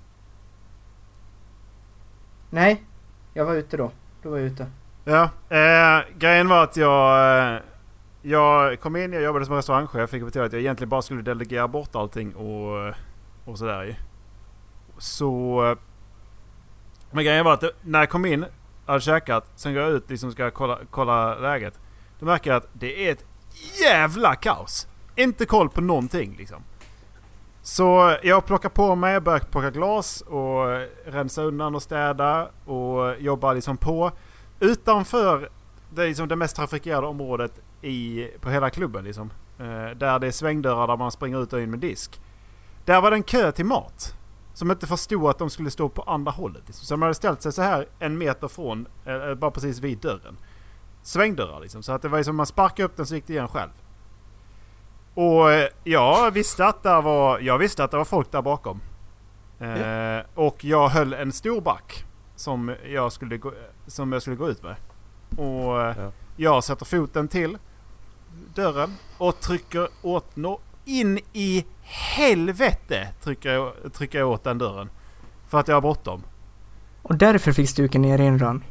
Nej, jag var ute då. Då var jag ute. Ja, grejen var att jag kom in, jag jobbade som restaurangchef. Jag fick betyda att jag egentligen bara skulle delegera bort allting och sådär. Så men grejen var att när jag kom in, hade käkat, sen går jag ut liksom ska kolla läget. Då märker jag att det är ett jävla kaos. Inte koll på någonting liksom. Så jag plockar på mig, börjar plocka glas och rensa undan och städa och jobba liksom på. Utanför det är liksom det mest trafikerade området på hela klubben liksom. Där det är svängdörrar där man springer ut och in med disk. Där var det en kö till mat. Som inte förstod att de skulle stå på andra hållet. Liksom. Så de hade ställt sig så här 1 meter från, bara precis vid dörren. Svängdörrar liksom. Så att det var liksom man sparkade upp den så gick det igen själv. Och jag visste att det var folk där bakom. Och jag höll en stor back som jag skulle gå ut med. Och jag sätter foten till dörren och trycker åt in i helvete trycker jag åt den dörren. För att jag har bråttom. Och därför fick stuken ner i en run.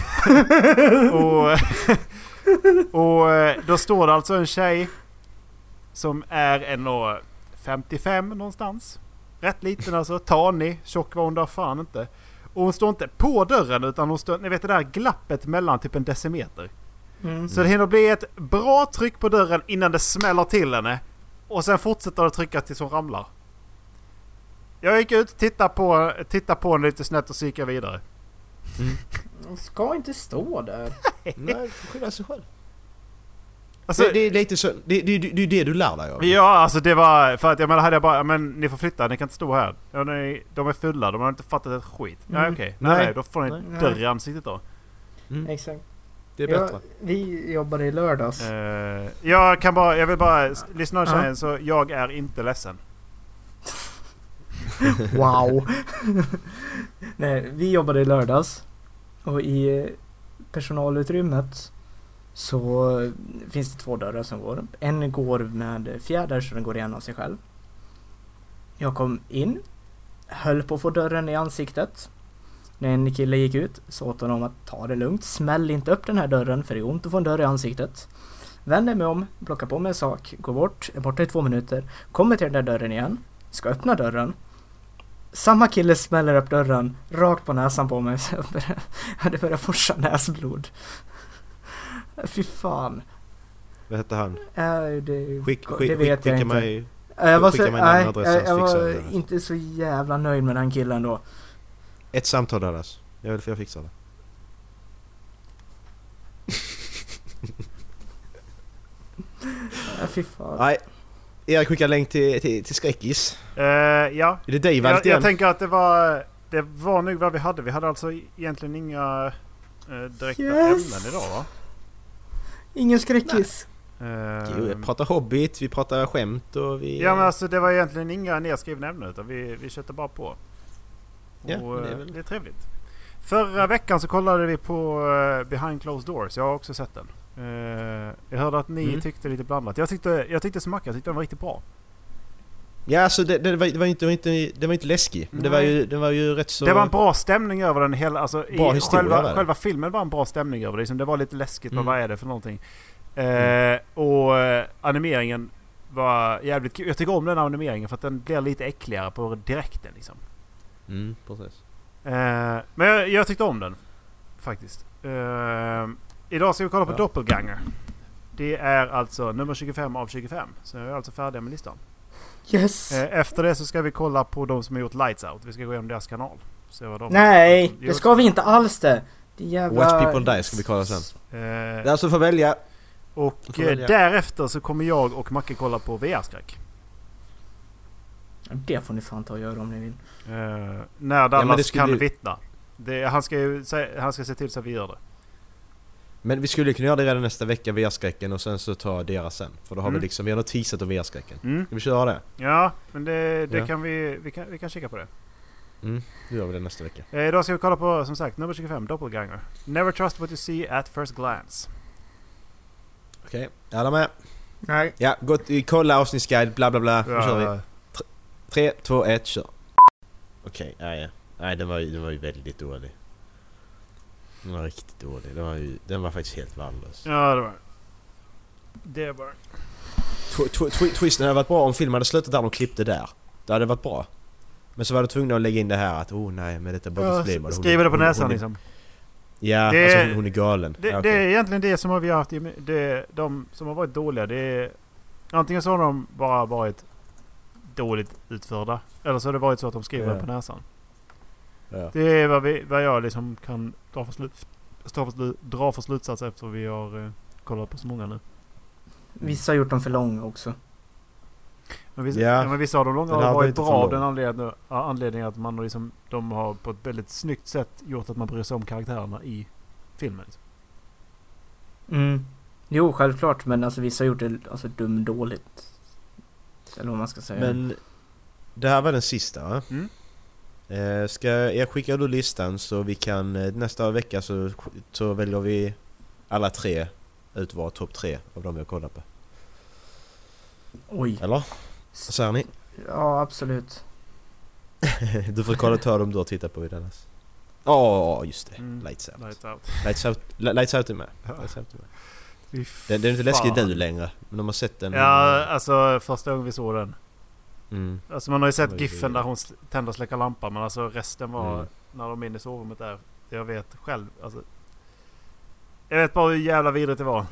och då står det alltså en tjej som är 1,55 någonstans. Rätt liten alltså. Tanig. Tjock var hon där fan inte. Och hon står inte på dörren utan hon står, ni vet det där glappet mellan typ en decimeter. Så det hinner bli ett bra tryck på dörren innan det smäller till henne. Och sen fortsätter det att trycka tills hon ramlar. Jag gick ut, tittade på den lite snett och gick vidare. De ska inte stå där. Nej, skylla sig själv. Alltså, det är lite så, det är det du lär dig av. Ja, alltså det var för att jag menar, hade jag bara, men ni får flytta, ni kan inte stå här. Ja, de är fulla, de har inte fattat ett skit. Ja, okej. Nej, då får ni dörr i ansiktet då. Exakt. Det är bättre. Vi jobbar i lördags. Jag vill bara lyssna och säga så jag är inte ledsen. Wow. Nej, vi jobbade i lördags. Och i personalutrymmet så finns det 2 dörrar som går. En går med fjäder så den går igen av sig själv. Jag kom in, höll på att få dörren i ansiktet. När en kille gick ut så åt honom att ta det lugnt. Smäll inte upp den här dörren för det är ont att få en dörr i ansiktet. Vänder mig om, plockar på mig en sak, går bort, är borta i 2 minuter. Kommer till den där dörren igen, ska öppna dörren. Samma kille smäller upp dörren rakt på näsan på mig. Så det börjar forsa näsblod. Fy fan. Vad heter han? Det vet jag inte. Mig, jag var, skicka mig en adress, jag var inte så jävla nöjd med den killen då. Ett samtal Dallas. Jag fixar det. Fy fan. Nej. Erik skickar länk till skräckis. Ja. Är det dig väl igen? Jag tänker att det var nog vad vi hade. Vi hade alltså egentligen inga direkta ämnen idag, va? Ingen skräckis. Vi pratar Hobbit, vi pratar skämt och vi... Ja, men alltså det var egentligen inga nedskrivna ämnen utan vi köpte bara på. Ja, och det är trevligt. Förra veckan så kollade vi på Behind Closed Doors. Jag har också sett den. Jag hörde att ni tyckte lite blandat. Jag tyckte smacka, jag tyckte den var riktigt bra. Ja, alltså det var inte läskig. Det var ju rätt så... Det var en bra stämning över den hela, alltså bra historia, själva filmen var en bra stämning över det. Det var lite läskigt, vad är det för någonting? Och animeringen var jävligt kul. Jag tycker om den animeringen för att den blir lite äckligare på direkten liksom. Precis. Men jag tyckte om den faktiskt. Idag ska vi kolla på Doppelganger. Det är alltså nummer 25 av 25. Så jag är alltså färdig med listan. Yes. Efter det så ska vi kolla på de som har gjort Lights Out. Vi ska gå igenom deras kanal. Se vad Nej, det ska vi inte alls det. Jävla... Watch People Die ska vi kolla sen. Det är alltså för välja. Och därefter så kommer jag och Macke kolla på VR-skräck. Det får ni fan ta och göra om ni vill. När Dallas kan vittna. Han ska se till så att vi gör det. Men vi skulle kunna göra det redan nästa vecka, VR-skräcken, och sen så ta deras sen. För då har vi liksom, vi har nog teasat om VR-skräcken. Ska vi köra det? Ja, men det kan vi kan kika på det. Det gör vi det nästa vecka. Idag ska vi kolla på, som sagt, nummer 25, Doppelganger. Never trust what you see at first glance. Okej, alla med? Nej. Ja, kolla avsnittsguide, bla bla bla. Nu kör vi. 3, 2, 1, kör. Okej, nej, den var ju väldigt dålig. Den var riktigt dålig. Den var faktiskt helt värdelös. Ja, det var. Twisten hade varit bra om filmen hade slutat där och klippte där. Det hade varit bra. Men så var du tvungen att lägga in det här att nej, men detta bara display. Skriver det på näsan liksom. Ja, alltså hon är galen. Det är egentligen det som har vi haft. De som har varit dåliga, det är antingen så har de bara varit dåligt utförda, eller så har det varit så att de skriver det på näsan. Ja. Det är vad jag liksom kan dra för slutsats efter vi har kollat på så många nu. Vissa har gjort dem för långa också. Men vissa av de långa har varit bra av den anledningen att man liksom, de har på ett väldigt snyggt sätt gjort att man bryr sig om karaktärerna i filmen. Jo, självklart, men alltså vissa har gjort det alltså dåligt. Eller vad man ska säga. Men det här var den sista, va? Ska jag skicka då listan så vi kan nästa vecka så väljer vi alla 3 ut var topp 3 av de vi har kollat på. Oj. Eller? Vad säger ni? Ja, absolut. Du får kolla ta dem du har tittat på i dennas. Just det. Lights Out. Lights Out är med. Den är inte läskig nu längre. Men de har sett den. Ja, alltså första gången vi såg den. Alltså man har ju sett giffen där hon tänder och släcker lampan. Men alltså resten var när de är inne i sovrummet där. Jag vet själv alltså, jag vet bara hur jävla vidrigt det var.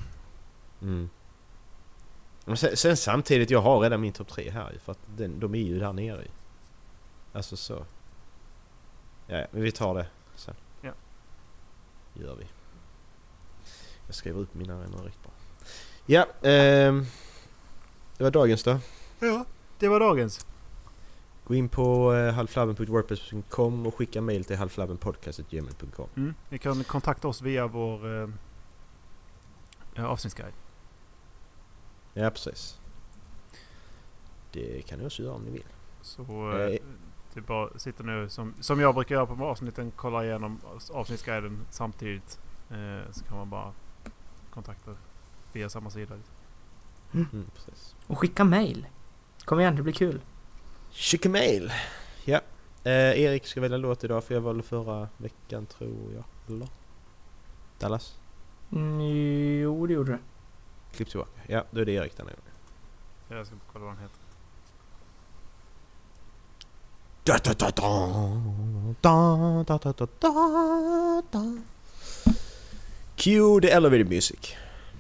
Men sen samtidigt, jag har redan min topp 3 här. För att de är ju där nere. Alltså så. Ja, men vi tar det sen. Ja. Gör vi. Jag skriver ut mina vänner riktigt bra. Ja, det var dagens då. Ja, det var dagens. Gå in på halflabben.wordpress.com och skicka mail till halflabbenpodcast@gmail.com. Ni kan kontakta oss via vår avsnittsguide. Ja, precis. Det kan ni också göra om ni vill. Så det bara sitter nu som jag brukar göra på avsnitten, kolla igenom avsnittsguiden samtidigt. Så kan man bara kontakta via samma sida. Precis. Och skicka mail. Kom igen, det blir kul. Skicka mail. Ja. Erik ska välja låt idag för jag valde förra veckan tror jag. Eller? Dallas? Jo, det gjorde det. Klipp tillbaka. Ja, då är det Erik den här gången. Jag ska kolla vad han heter. Cue the elevator music.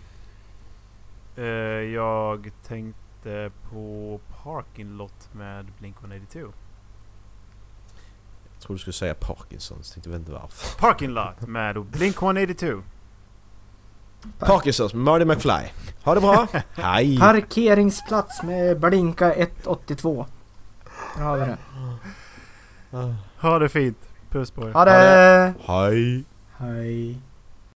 Jag tänkte på Parking Lot med Blink-182. Jag tror du skulle säga Parkinsons, tänkte jag inte varför. Parking Lot med Blink-182. Parkinsons med Marty McFly. Ha det bra. Hej. Parkeringsplats med Blinka 182. Där har vi det. Ha det fint. Puss på er. Ha det. Hej. Hej.